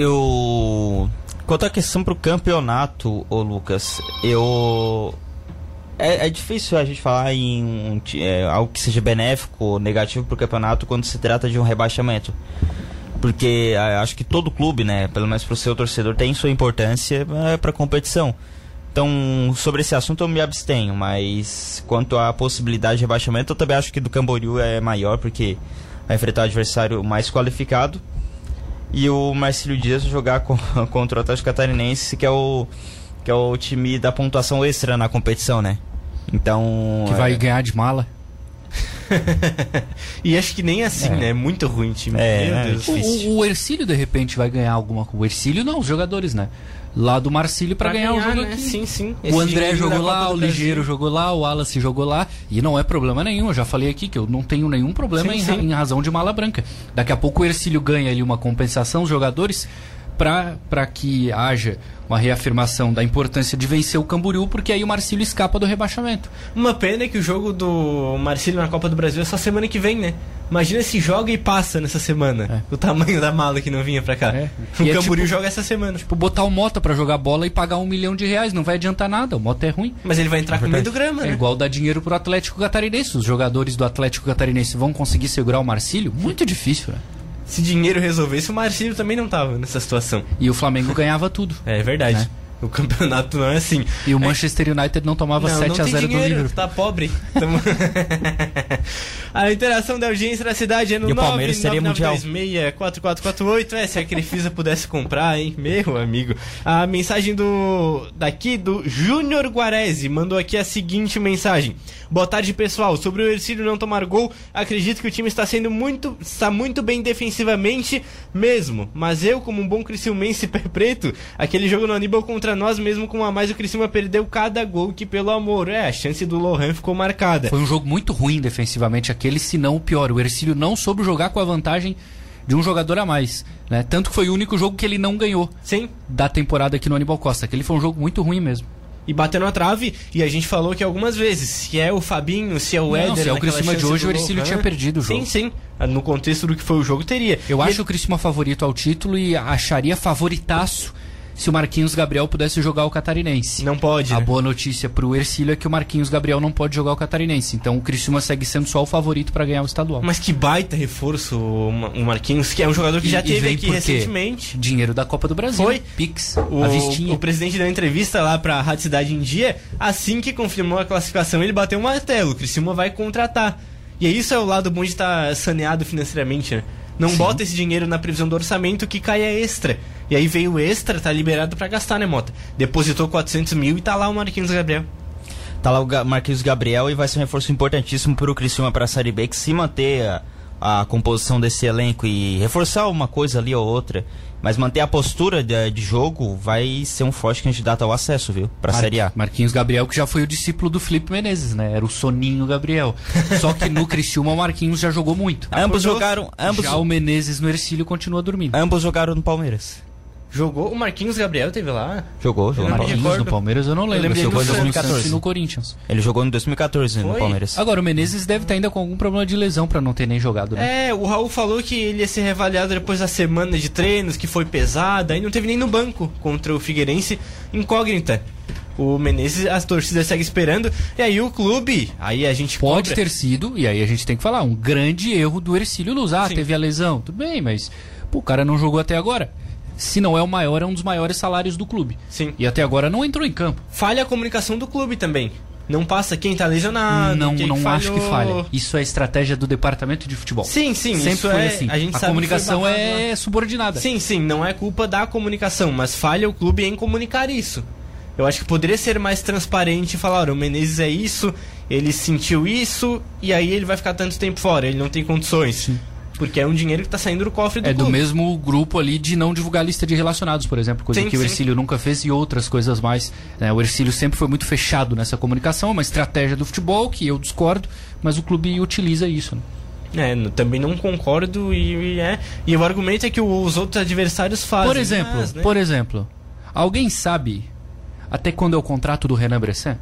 Quanto à questão pro campeonato, Lucas, É difícil a gente falar em algo que seja benéfico ou negativo pro campeonato quando se trata de um rebaixamento. Porque acho que todo clube, né, pelo menos pro seu torcedor, tem sua importância pra competição. Então, sobre esse assunto eu me abstenho, mas quanto à possibilidade de rebaixamento, eu também acho que do Camboriú é maior, porque vai enfrentar o adversário mais qualificado. E o Marcílio Dias jogar contra o Atlético Catarinense, que é o time da pontuação extra na competição, né? Então... Que vai ganhar de mala. E acho que nem assim, né? É muito ruim o time. Meu Deus. O Ercílio, de repente, vai ganhar alguma coisa. O Ercílio não, os jogadores, né? Lá do Marcílio pra ganhar o jogo, né? Sim, sim. O André jogou lá, o Ligeiro jogou lá, o Wallace jogou lá. E não é problema nenhum. Eu já falei aqui que eu não tenho nenhum problema em razão de mala branca. Daqui a pouco o Ercílio ganha ali uma compensação, os jogadores, para que haja uma reafirmação da importância de vencer o Camboriú, porque aí o Marcílio escapa do rebaixamento. Uma pena é que o jogo do Marcílio na Copa do Brasil é só semana que vem, né? Imagina se joga e passa nessa semana. O tamanho da mala que não vinha pra cá. O Camboriú joga essa semana. Tipo, botar o Mota pra jogar bola e pagar R$1 milhão, não vai adiantar nada. O Mota é ruim. Mas ele vai entrar com meio do grama, né? É igual dar dinheiro pro Atlético Catarinense. Os jogadores do Atlético Catarinense vão conseguir segurar o Marcílio? Muito difícil, né? Se dinheiro resolvesse, o Marcílio também não tava nessa situação. E o Flamengo ganhava tudo. É verdade. Né? O campeonato não é assim. E o Manchester United não tomava 7-0 do Liverpool. Tá pobre. A interação da audiência da cidade é no 999264448. Se a Crefisa pudesse comprar, hein? Meu amigo. A mensagem do Júnior Guarese mandou aqui a seguinte mensagem. Boa tarde, pessoal. Sobre o Ercílio não tomar gol, acredito que o time está muito bem defensivamente mesmo. Mas eu, como um bom criciumense pé preto, aquele jogo no Aníbal contra nós, mesmo com a mais, o Criciúma perdeu cada gol que, pelo amor, a chance do Lohan ficou marcada. Foi um jogo muito ruim defensivamente aquele, se não o pior. O Ercílio não soube jogar com a vantagem de um jogador a mais, né? Tanto que foi o único jogo que ele não ganhou Sim. da temporada aqui no Aníbal Costa, que ele foi um jogo muito ruim mesmo. E batendo a trave, e a gente falou que algumas vezes, se é o Fabinho, se é o Éder... Se é o Criciúma de hoje, o Ercílio tinha perdido o jogo. Sim. No contexto do que foi o jogo, teria. Eu acho o Criciúma favorito ao título e acharia favoritaço se o Marquinhos Gabriel pudesse jogar o Catarinense. Não pode, A né? boa notícia pro Ercílio é que o Marquinhos Gabriel não pode jogar o Catarinense. Então o Criciúma segue sendo só o favorito para ganhar o estadual. Mas que baita reforço o Marquinhos, que é um jogador que já teve vem aqui por quê? recentemente. Dinheiro da Copa do Brasil. Foi. Pix, a vistinha. O presidente deu uma entrevista lá pra Rádio Cidade em Dia, assim que confirmou a classificação, ele bateu um martelo, o Criciúma vai contratar. E isso é o lado bom de estar saneado financeiramente, né? Não bota esse dinheiro na previsão do orçamento que cai a extra. E aí veio o extra, tá liberado pra gastar, né, Mota? Depositou 400 mil e tá lá o Marquinhos Gabriel. Tá lá o Marquinhos Gabriel e vai ser um reforço importantíssimo pro Criciúma pra Série B, que se manter a composição desse elenco e reforçar uma coisa ali ou outra, mas manter a postura de jogo, vai ser um forte candidato ao acesso, viu? Pra Série A. Marquinhos Gabriel, que já foi o discípulo do Felipe Menezes, né? Era o Soninho Gabriel. Só que no Criciúma o Marquinhos já jogou muito. Ambos jogaram. Já o Menezes no Ercílio continua dormindo. Ambos jogaram no Palmeiras. Jogou? O Marquinhos Gabriel teve lá? Jogou. Eu não me Marquinhos recordo. no Palmeiras eu não lembro. lembrei Ele jogou do em Santos. 2014 no Corinthians. Ele jogou em 2014 no Foi? Palmeiras. Agora o Menezes deve estar ainda com algum problema de lesão pra não ter nem jogado, né? É, o Raul falou que ele ia ser reavaliado depois da semana de treinos, que foi pesada, aí não teve nem no banco contra o Figueirense, incógnita. O Menezes, as torcidas seguem esperando, e aí o clube, aí a gente Pode cobra. ter sido, e aí a gente tem que falar, um grande erro do Ercílio Luz. Sim. Teve a lesão, tudo bem, mas pô, o cara não jogou até agora. Se não é o maior, é um dos maiores salários do clube. Sim. E até agora não entrou em campo. Falha a comunicação do clube também. Não passa quem tá lesionado, não quem acho que falhou. falha. Isso é estratégia do departamento de futebol. Sim, Sempre isso foi é, assim. a gente A sabe comunicação que foi barrado lá. é subordinada. Sim, não é culpa da comunicação, mas falha o clube em comunicar isso. Eu acho que poderia ser mais transparente e falar, olha, o Menezes é isso, ele sentiu isso, e aí ele vai ficar tanto tempo fora, ele não tem condições. Sim. Porque é um dinheiro que tá saindo do cofre do É clube. do mesmo grupo ali de não divulgar a lista de relacionados, por exemplo, coisa Sim, que o sim. Ercílio nunca fez e outras coisas mais. Né? O Ercílio sempre foi muito fechado nessa comunicação, uma estratégia do futebol que eu discordo, mas o clube utiliza isso. Né? Também não concordo e o argumento é que os outros adversários fazem. Por exemplo, alguém sabe até quando é o contrato do Renan Bressan?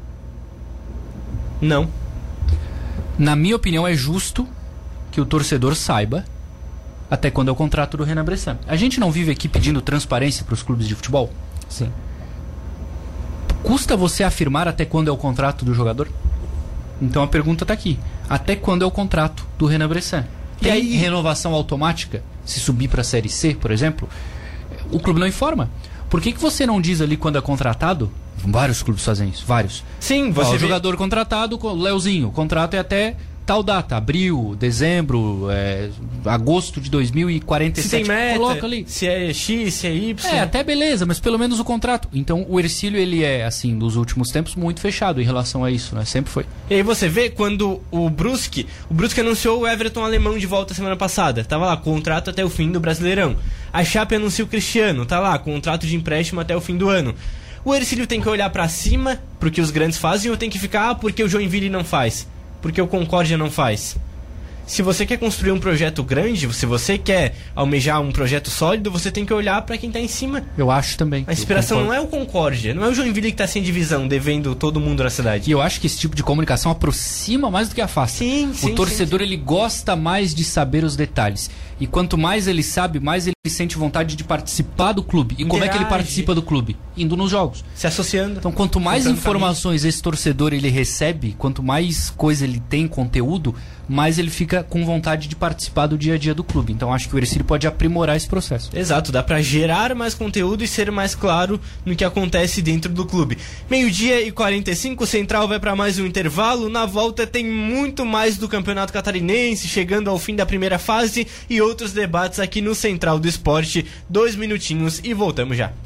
Não. Na minha opinião, é justo que o torcedor saiba até quando é o contrato do Renan Bressan. A gente não vive aqui pedindo transparência para os clubes de futebol? Sim. Custa você afirmar até quando é o contrato do jogador? Então a pergunta está aqui. Até quando é o contrato do Renan Bressan? Tem E aí, renovação automática? Se subir para a Série C, por exemplo, o clube não informa. Por que você não diz ali quando é contratado? Vários clubes fazem isso, vários. Sim, Ó, você o vê... jogador contratado, Leozinho, o contrato é até tal data, abril, dezembro, agosto de 2047. Se tem meta, Coloca ali. se é X, se é Y. Até beleza, mas pelo menos o contrato. Então o Ercílio, ele é, assim, nos últimos tempos, muito fechado em relação a isso, né? Sempre foi. E aí você vê quando o Brusque anunciou o Everton Alemão de volta semana passada. Tava lá, contrato até o fim do Brasileirão. A Chape anuncia o Cristiano, tá lá, contrato de empréstimo até o fim do ano. O Ercílio tem que olhar pra cima, porque os grandes fazem, ou tem que ficar, porque o Joinville não faz? Porque o Concórdia não faz? Se você quer construir um projeto grande, se você quer almejar um projeto sólido, você tem que olhar pra quem tá em cima. Eu acho também. A inspiração não é o Concórdia, não é o Joinville que tá sem divisão, devendo todo mundo na cidade. E eu acho que esse tipo de comunicação aproxima mais do que afasta. Sim, o torcedor, ele gosta mais de saber os detalhes. E quanto mais ele sabe, mais ele sente vontade de participar do clube. E como é que ele Interage. participa do clube? Indo nos jogos. Se associando. Então, quanto mais Comprando informações esse torcedor ele recebe, quanto mais coisa ele tem, conteúdo, mais ele fica com vontade de participar do dia a dia do clube. Então, acho que o Ercílio pode aprimorar esse processo. Exato, dá pra gerar mais conteúdo e ser mais claro no que acontece dentro do clube. 12h45, o Central vai pra mais um intervalo. Na volta tem muito mais do Campeonato Catarinense, chegando ao fim da primeira fase e outros debates aqui no Central do Esporte. 2 minutinhos e voltamos já.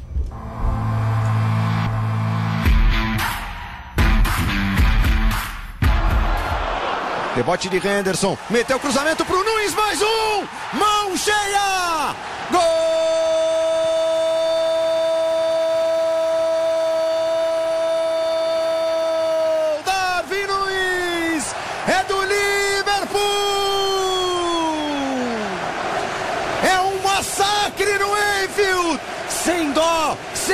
Rebote de Henderson, meteu o cruzamento pro Nunes, mais um! Mão cheia! Gol! Darwin Nunes! É do Liverpool!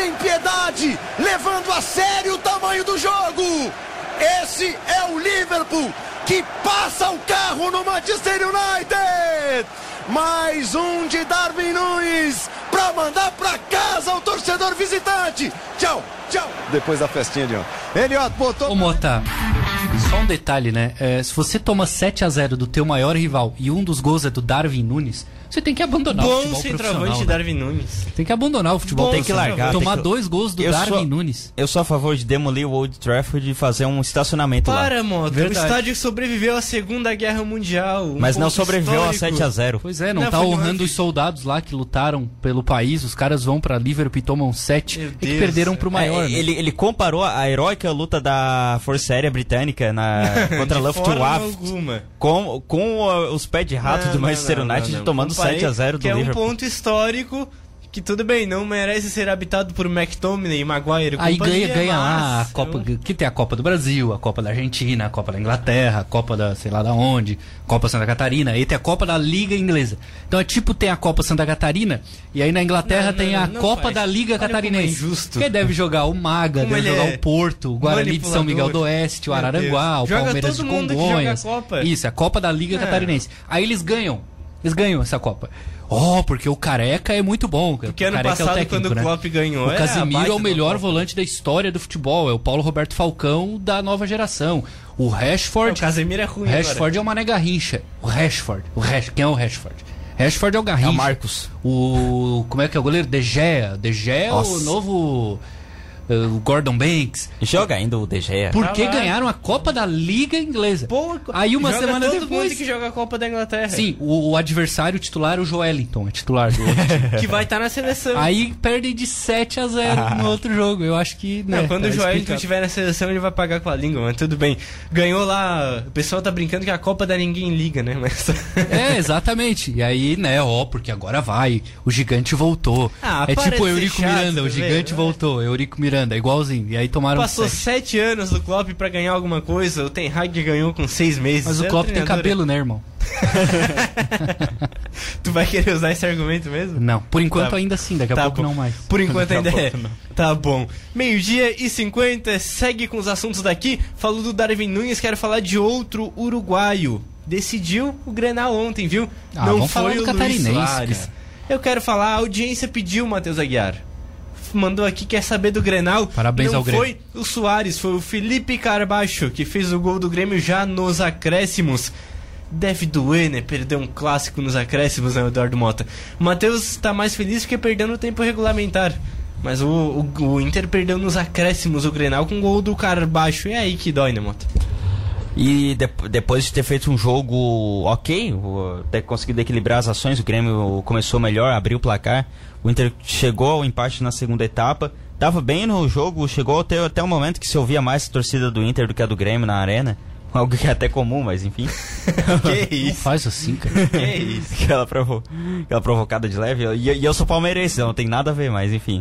sem piedade, levando a sério o tamanho do jogo. Esse é o Liverpool que passa o carro no Manchester United. Mais um de Darwin Núñez para mandar para casa o torcedor visitante. Tchau, tchau. Depois da festinha de ontem. Eliot botou... Ô Mota, só um detalhe, né? Se você toma 7-0 do teu maior rival e um dos gols é do Darwin Núñez, você tem que abandonar o futebol profissional. Bom centroavante Darwin Núñez. Tem que abandonar o futebol. Tem que largar. Tomar 2 gols do Darwin Núñez. Eu sou a favor de demolir o Old Trafford e fazer um estacionamento lá. Para, Mota. O estádio que sobreviveu à Segunda Guerra Mundial. Mas não sobreviveu a 7-0. Pois é, não tá honrando os soldados lá que lutaram pelo país. Os caras vão pra Liverpool e tomam 7 e que perderam pro maior. Né? Ele comparou a heróica luta da Força Aérea Britânica contra a Luftwaffe com os pés de rato do Manchester United tomando 7-0 do Liverpool. Que é um ponto histórico que, tudo bem, não merece ser habitado por McTominay e Maguire. Aí ganha lá a Copa, que tem a Copa do Brasil, a Copa da Argentina, a Copa da Inglaterra, a Copa da sei lá da onde, Copa Santa Catarina, aí tem a Copa da Liga Inglesa. Então é tipo, tem a Copa Santa Catarina e aí na Inglaterra tem a Copa da Liga Catarinense. Injusto. Quem deve jogar o Maga, deve jogar o Porto, o Guarani de São Miguel do Oeste, o Araranguá, o Palmeiras de Congonhas. Isso, a Copa da Liga Catarinense. Aí eles ganham essa Copa. Porque o Careca é muito bom. Porque ano passado, é o técnico, quando o Klopp ganhou, o Casemiro é o melhor volante da história do futebol. É o Paulo Roberto Falcão da nova geração. O Rashford... o Casemiro é ruim. Rashford é o Mané Garrincha. Quem é o Rashford? Rashford é o Garrincha. É o Marcos. Como é que é o goleiro? De Gea. De Gea é o novo... o Gordon Banks. Joga ainda o De Gea. Porque ganharam a Copa da Liga Inglesa. Aí uma semana todo depois... mundo que joga a Copa da Inglaterra. Sim, o adversário titular, o Joelinton, é titular do outro time. Que vai estar na seleção. Aí perde de 7-0 no outro jogo. Eu acho que... Não, quando o Joelinton estiver na seleção, ele vai pagar com a língua, mas tudo bem. Ganhou lá... O pessoal tá brincando que a Copa da Ninguém Liga, né? Mas... exatamente. E aí, né, porque agora vai. O gigante voltou. É tipo o Eurico Miranda, o gigante voltou. Eurico Miranda. Igualzinho, e aí tomaram Passou 7 anos do Klopp pra ganhar alguma coisa. O Ten Hag ganhou com 6 meses. Mas o Klopp tem cabelo, né, irmão? Tu vai querer usar esse argumento mesmo? Não, por enquanto ainda sim, daqui a pouco não mais. Por enquanto ainda é. Tá bom. 12:50, segue com os assuntos daqui. Falou do Darwin Núñez, quero falar de outro uruguaio. Decidiu o Grenal ontem, viu? Não foi o Luis Soares. Cara. Eu quero falar, a audiência pediu o Matheus Aguiar. Mandou aqui, quer saber do Grenal. Parabéns ao Grêmio. Não foi o Soares, foi o Felipe Carbacho que fez o gol do Grêmio já nos acréscimos. Deve doer, né? Perder um clássico nos acréscimos, né, Eduardo Mota? O Matheus está mais feliz porque perdeu no tempo regulamentar. Mas o Inter perdeu nos acréscimos o Grenal com o gol do Carbacho. É aí que dói, né, Mota? E depois de ter feito um jogo ok, ter conseguido equilibrar as ações, o Grêmio começou melhor, abriu o placar. O Inter chegou ao empate na segunda etapa, estava bem no jogo, chegou até um momento que se ouvia mais a torcida do Inter do que a do Grêmio na arena. Algo que é até comum, mas enfim. Que isso? Não faz assim, cara. Que isso? Aquela provocada de leve. E eu sou palmeirense, não tem nada a ver, mas enfim.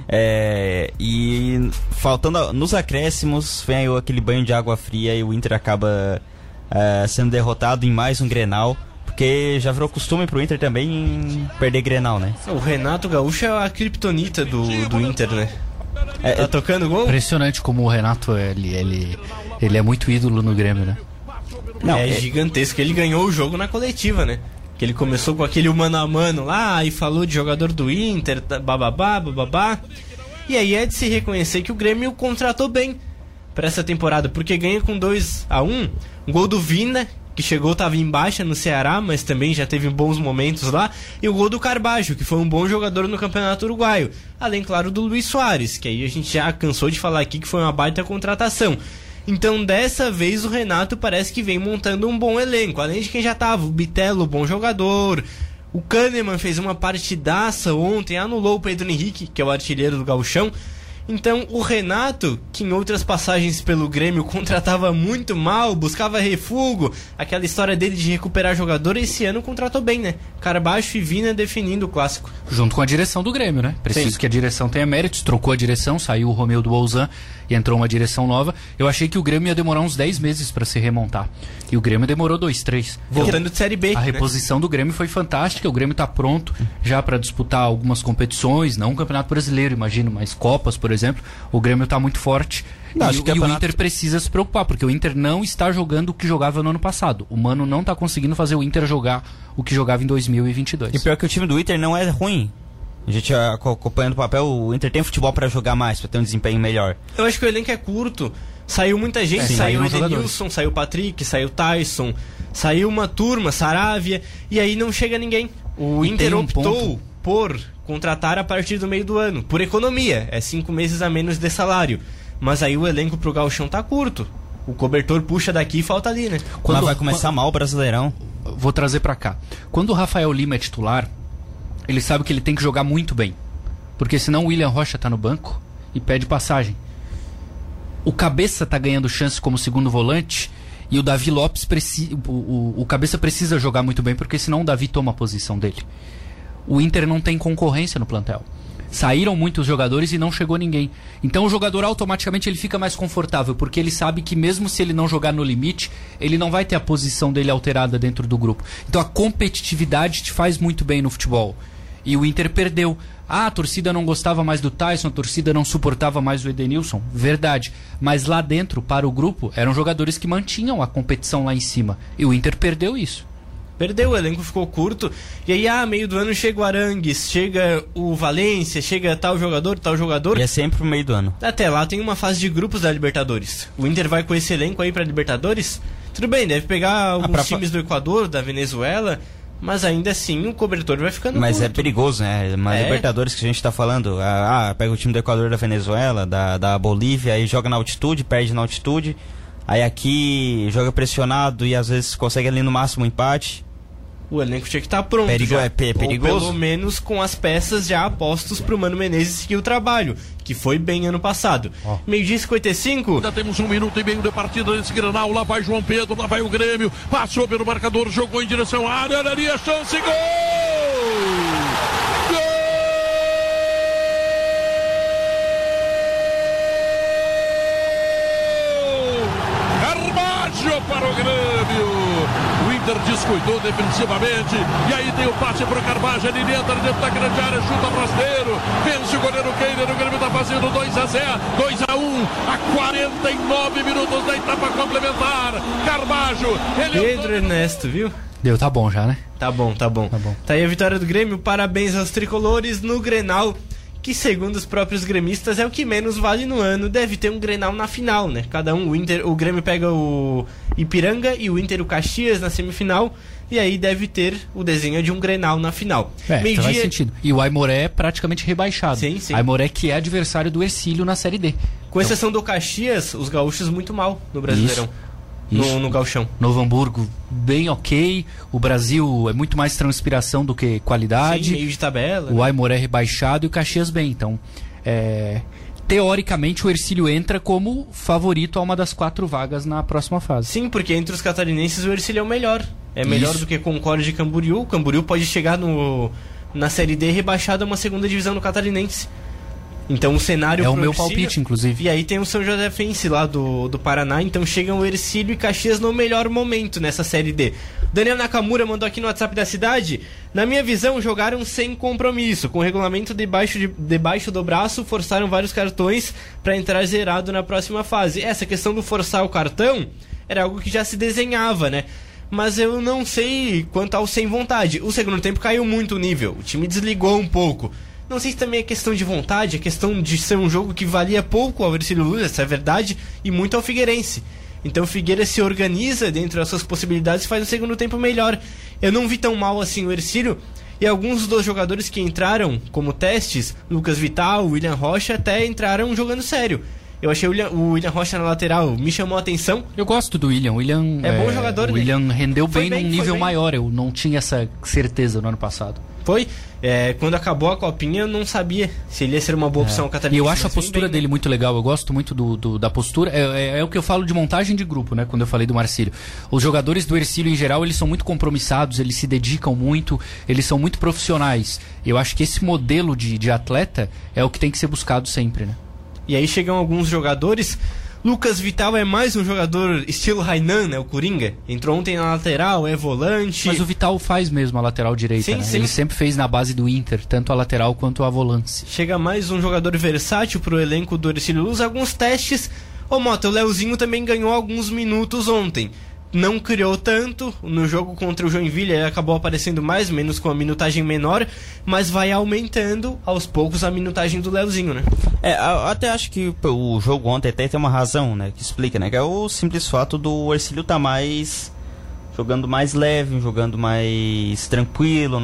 E faltando nos acréscimos, vem aí aquele banho de água fria e o Inter acaba sendo derrotado em mais um Grenal. Porque já virou costume pro Inter também perder Grenal, né? O Renato Gaúcho é a criptonita do Inter, né? Tá tocando gol? Impressionante como o Renato, ele é muito ídolo no Grêmio, né? Não, é gigantesco. Ele ganhou o jogo na coletiva, né? Que ele começou com aquele mano a mano lá e falou de jogador do Inter, bababá. E aí é de se reconhecer que o Grêmio contratou bem pra essa temporada, porque ganha com 2-1, um gol do Vina, que chegou, tava em baixa no Ceará, mas também já teve bons momentos lá, e o gol do Carbacho, que foi um bom jogador no Campeonato Uruguaio, além, claro, do Luis Soares, que aí a gente já cansou de falar aqui que foi uma baita contratação. Então dessa vez o Renato parece que vem montando um bom elenco, além de quem já tava, o Bitelo, bom jogador, o Kahneman fez uma partidaça ontem, anulou o Pedro Henrique, que é o artilheiro do Gauchão. Então o Renato, que em outras passagens pelo Grêmio contratava muito mal, buscava refúgio, aquela história dele de recuperar jogador, esse ano contratou bem, né? Carbacho e Vina definindo o clássico. Junto com a direção do Grêmio, né? Preciso que a direção tenha méritos, trocou a direção, saiu o Romeu do Bolzan e entrou uma direção nova. Eu achei que o Grêmio ia demorar uns 10 meses para se remontar. E o Grêmio demorou 2, 3. Voltando de Série B. A reposição do Grêmio foi fantástica, o Grêmio está pronto já para disputar algumas competições, não o Campeonato Brasileiro, imagino, mas Copas, por exemplo. O Grêmio está muito forte. Não, E o Inter precisa se preocupar, porque o Inter não está jogando o que jogava no ano passado. O Mano não está conseguindo fazer o Inter jogar o que jogava em 2022. E pior que o time do Inter não é ruim. A gente acompanhando o papel, o Inter tem futebol para jogar mais, para ter um desempenho melhor. Eu acho que o elenco é curto. Saiu muita gente, saiu o Edenilson, saiu o Patrick, saiu o Tyson, saiu uma turma, Saravia, e aí não chega ninguém. O Inter optou por contratar a partir do meio do ano, por economia, é 5 meses a menos de salário. Mas aí o elenco pro gauchão tá curto. O cobertor puxa daqui e falta ali, né? Mas vai começar mal o Brasileirão. Vou trazer pra cá. Quando o Rafael Lima é titular, ele sabe que ele tem que jogar muito bem. Porque senão o William Rocha tá no banco e pede passagem. O Cabeça tá ganhando chance como segundo volante e o Davi Lopes o Cabeça precisa jogar muito bem, porque senão o Davi toma a posição dele. O Inter não tem concorrência no plantel. Saíram muitos jogadores e não chegou ninguém. Então o jogador automaticamente ele fica mais confortável, porque ele sabe que mesmo se ele não jogar no limite, ele não vai ter a posição dele alterada dentro do grupo. Então a competitividade te faz muito bem no futebol. E o Inter perdeu. Ah, a torcida não gostava mais do Tyson, a torcida não suportava mais o Edenilson. Verdade. Mas lá dentro, para o grupo, eram jogadores que mantinham a competição lá em cima. E o Inter perdeu isso. Perdeu, o elenco ficou curto. E aí, meio do ano chega o Arangues, chega o Valência, chega tal jogador. E é sempre pro meio do ano. Até lá tem uma fase de grupos da Libertadores. O Inter vai com esse elenco aí pra Libertadores? Tudo bem, deve pegar alguns times do Equador, da Venezuela, mas ainda assim o cobertor vai ficando Mas curto. É perigoso, né? Mas Libertadores que a gente tá falando, pega o time do Equador, da Venezuela, da Bolívia, aí joga na altitude, perde na altitude. Aí aqui joga pressionado e às vezes consegue ali no máximo um empate. O elenco tinha que estar pronto. Perigoso. Ou pelo menos com as peças já apostos pro Mano Menezes seguir o trabalho, que foi bem ano passado. Meio-dia 55. Ainda temos 1 minuto e meio de partida nesse Grenal. Lá vai João Pedro, lá vai o Grêmio. Passou pelo marcador, jogou em direção à área. Olha ali a chance, gol! Para o Grêmio, o Inter descuidou defensivamente, e aí tem o passe para o Carbajo, ele entra dentro da grande área, chuta rasteiro, vence o goleiro Keiler, o Grêmio está fazendo 2-0, 2-1, a 49 minutos da etapa complementar. Carbajo, Pedro Ernesto, viu? Tá bom já, né? Tá bom. Tá aí a vitória do Grêmio, parabéns aos tricolores no Grenal, que segundo os próprios gremistas é o que menos vale no ano. Deve ter um Grenal na final, né? Cada um, o Grêmio pega o Ipiranga e o Inter o Caxias na semifinal, e aí deve ter o desenho de um Grenal na final. Faz sentido. E o Aimoré é praticamente rebaixado. Sim. Aimoré que é adversário do Ercílio na Série D. Com exceção do Caxias, os gaúchos muito mal no Brasileirão. No gauchão. Novo Hamburgo bem ok. O Brasil é muito mais transpiração do que qualidade. Sim, meio de tabela. O Aimoré rebaixado e o Caxias bem. Então, teoricamente o Ercílio entra como favorito a uma das 4 vagas na próxima fase. Sim, porque entre os catarinenses o Ercílio é o melhor. É melhor do que Concórdia e Camboriú. O Camboriú pode chegar na Série D rebaixado a uma segunda divisão no catarinense. Então o cenário é o meu palpite, inclusive. E aí tem o São Josefense lá do Paraná. Então chegam o Ercílio e Caxias no melhor momento nessa Série D. Daniel Nakamura mandou aqui no WhatsApp da cidade: na minha visão, jogaram sem compromisso. Com o regulamento debaixo do braço, forçaram vários cartões para entrar zerado na próxima fase. Essa questão do forçar o cartão era algo que já se desenhava, né? Mas eu não sei quanto ao sem vontade. O segundo tempo caiu muito o nível. O time desligou um pouco. Não sei se também é questão de vontade, é questão de ser um jogo que valia pouco ao Ercílio Luz, essa é a verdade, e muito ao Figueirense. Então o Figueira se organiza dentro das suas possibilidades e faz um segundo tempo melhor. Eu não vi tão mal assim o Ercílio, e alguns dos jogadores que entraram como testes, Lucas Vital, William Rocha, até entraram jogando sério. Eu achei o William Rocha na lateral, me chamou a atenção. Eu gosto do William. É bom jogador, o William rendeu Foi bem num nível maior. Eu não tinha essa certeza no ano passado. Foi. Quando acabou a copinha, eu não sabia se ele ia ser uma boa opção catarinense. E eu acho a mas foi postura bem, dele muito legal. Eu gosto muito da postura. É o que eu falo de montagem de grupo, né? Quando eu falei do Marcílio. Os jogadores do Hercílio, em geral, eles são muito compromissados, eles se dedicam muito, eles são muito profissionais. Eu acho que esse modelo de atleta é o que tem que ser buscado sempre, né? E aí chegam alguns jogadores. Lucas Vital é mais um jogador estilo Rainan, né? O Coringa. Entrou ontem na lateral, é volante. Mas o Vital faz mesmo a lateral direita, Sim, né? sim. Ele sempre fez na base do Inter, tanto a lateral quanto a volância. Chega mais um jogador versátil pro elenco do Hercílio Luz. Alguns testes. Ô Mota, o Leozinho também ganhou alguns minutos ontem. Não criou tanto no jogo contra o Joinville, ele acabou aparecendo mais ou menos com a minutagem menor, mas vai aumentando aos poucos a minutagem do Leozinho, né? Eu até acho que o jogo ontem até tem uma razão, né, que explica, né, que é o simples fato do Hercílio tá jogando mais leve, jogando mais tranquilo,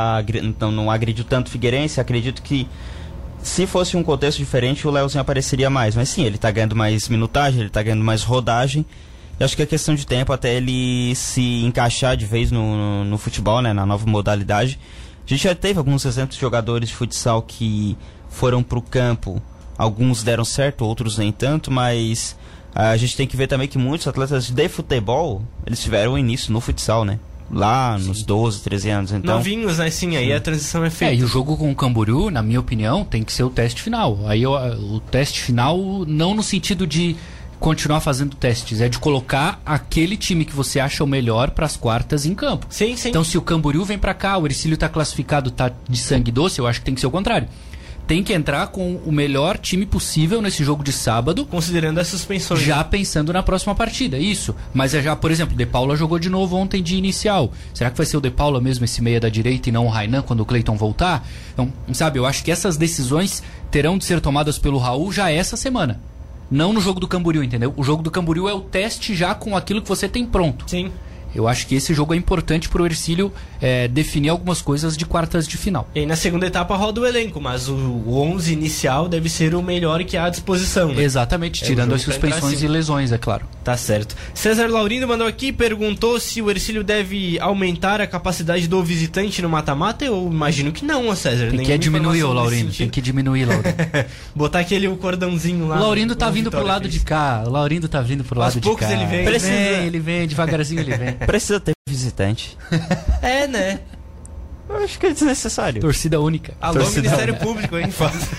não agrediu tanto o Figueirense. Acredito que se fosse um contexto diferente o Leozinho apareceria mais, mas sim, ele tá ganhando mais minutagem, ele tá ganhando mais rodagem. Eu acho que é questão de tempo até ele se encaixar de vez no futebol, né, na nova modalidade. A gente já teve alguns exemplos de jogadores de futsal que foram pro campo, alguns deram certo, outros nem tanto, mas a gente tem que ver também que muitos atletas de futebol, eles tiveram início no futsal, né? Lá nos 12, 13 anos, então... Novinhos, né? Sim, aí a transição é feita. E o jogo com o Camboriú, na minha opinião, tem que ser o teste final. Aí o teste final, não no sentido de continuar fazendo testes, é de colocar aquele time que você acha o melhor para as quartas em campo. Sim, sim. Então se o Camboriú vem para cá, o Hercílio tá classificado, tá de sangue doce, eu acho que tem que ser o contrário. Tem que entrar com o melhor time possível nesse jogo de sábado, considerando as suspensões. Já pensando na próxima partida, isso. Mas já, por exemplo, o De Paula jogou de novo ontem de inicial. Será que vai ser o De Paula mesmo, esse meia da direita, e não o Rainan quando o Cleiton voltar? Então, sabe, eu acho que essas decisões terão de ser tomadas pelo Raul já essa semana. Não no jogo do Camboriú, entendeu? O jogo do Camboriú é o teste já com aquilo que você tem pronto. Sim. Eu acho que esse jogo é importante pro Hercílio definir algumas coisas de quartas de final. E aí na segunda etapa roda o elenco, mas o 11 inicial deve ser o melhor que há à disposição, né? Exatamente, tirando as suspensões e lesões, é claro. Tá certo. César Laurindo mandou aqui, perguntou se o Hercílio deve aumentar a capacidade do visitante no mata-mata. Eu imagino que não, César. Tem que diminuir, o Laurindo. Tem que diminuir, Laurindo. Botar aquele cordãozinho lá. O Laurindo tá vindo pro lado de cá. O Laurindo tá vindo pro lado de cá. Aos poucos ele vem. Ele vem, devagarzinho ele vem. Precisa ter visitante. É, né? Eu acho que é desnecessário. Torcida única. Alô, Ministério Público, hein?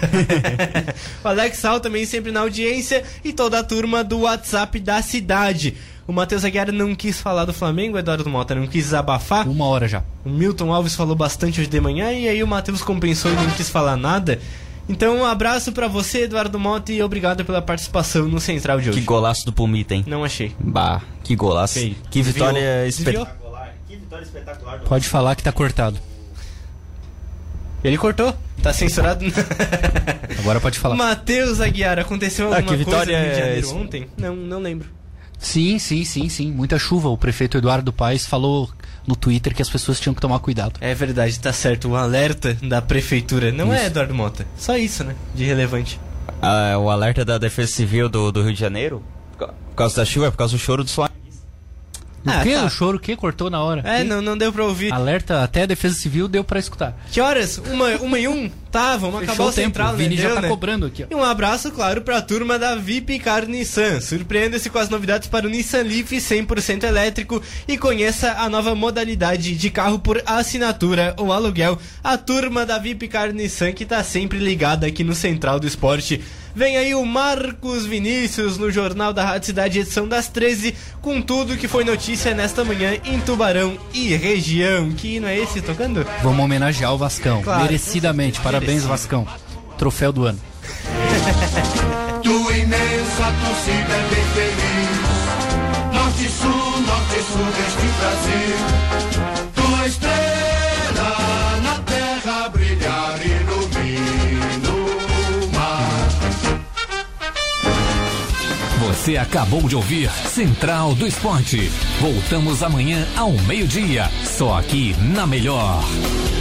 O Alex Sal também sempre na audiência e toda a turma do WhatsApp da cidade. O Matheus Aguiar não quis falar do Flamengo, o Eduardo Mota não quis desabafar. 1 hora já. O Milton Alves falou bastante hoje de manhã e aí o Matheus compensou e não quis falar nada. Então um abraço pra você, Eduardo Mota, e obrigado pela participação no Central de hoje. Que golaço do Pumita, hein? Não achei. Bah, que golaço. Feio. Que vitória Desviou? espetacular. Que vitória espetacular. Pode falar que tá cortado. Ele cortou. Tá censurado. Agora pode falar. Matheus Aguiar, aconteceu alguma que coisa no vitória Rio de é Janeiro esse? ontem? Não lembro. Sim. Muita chuva. O prefeito Eduardo Paes falou no Twitter que as pessoas tinham que tomar cuidado. É verdade, tá certo. O alerta da prefeitura. Não é, Eduardo Mota? Só isso, né? De relevante. O alerta da Defesa Civil do Rio de Janeiro, por causa da chuva, é por causa do choro do Flamengo. O quê? tá. O choro o quê? Cortou na hora. É, não deu pra ouvir. Alerta até a Defesa Civil deu pra escutar. Que horas? 1h01? Tá, vamos acabar o Central, o né? Vini já Deu, tá né? cobrando aqui, ó. E um abraço, claro, pra turma da Vipcar Nissan. Surpreenda-se com as novidades para o Nissan Leaf 100% elétrico e conheça a nova modalidade de carro por assinatura ou aluguel. A turma da Vipcar Nissan que tá sempre ligada aqui no Central do Esporte. Vem aí o Marcos Vinícius no Jornal da Rádio Cidade, edição das 13, com tudo que foi notícia nesta manhã em Tubarão e região. Que hino é esse tocando? Vamos homenagear o Vascão. Claro. Merecidamente. Parabéns, Vascão. Troféu do ano. Tua imensa torcida é bem feliz. Norte e sul deste Brasil. Tua estrela na terra brilhar ilumina o mar. Você acabou de ouvir Central do Esporte. Voltamos amanhã ao meio-dia. Só aqui na Melhor.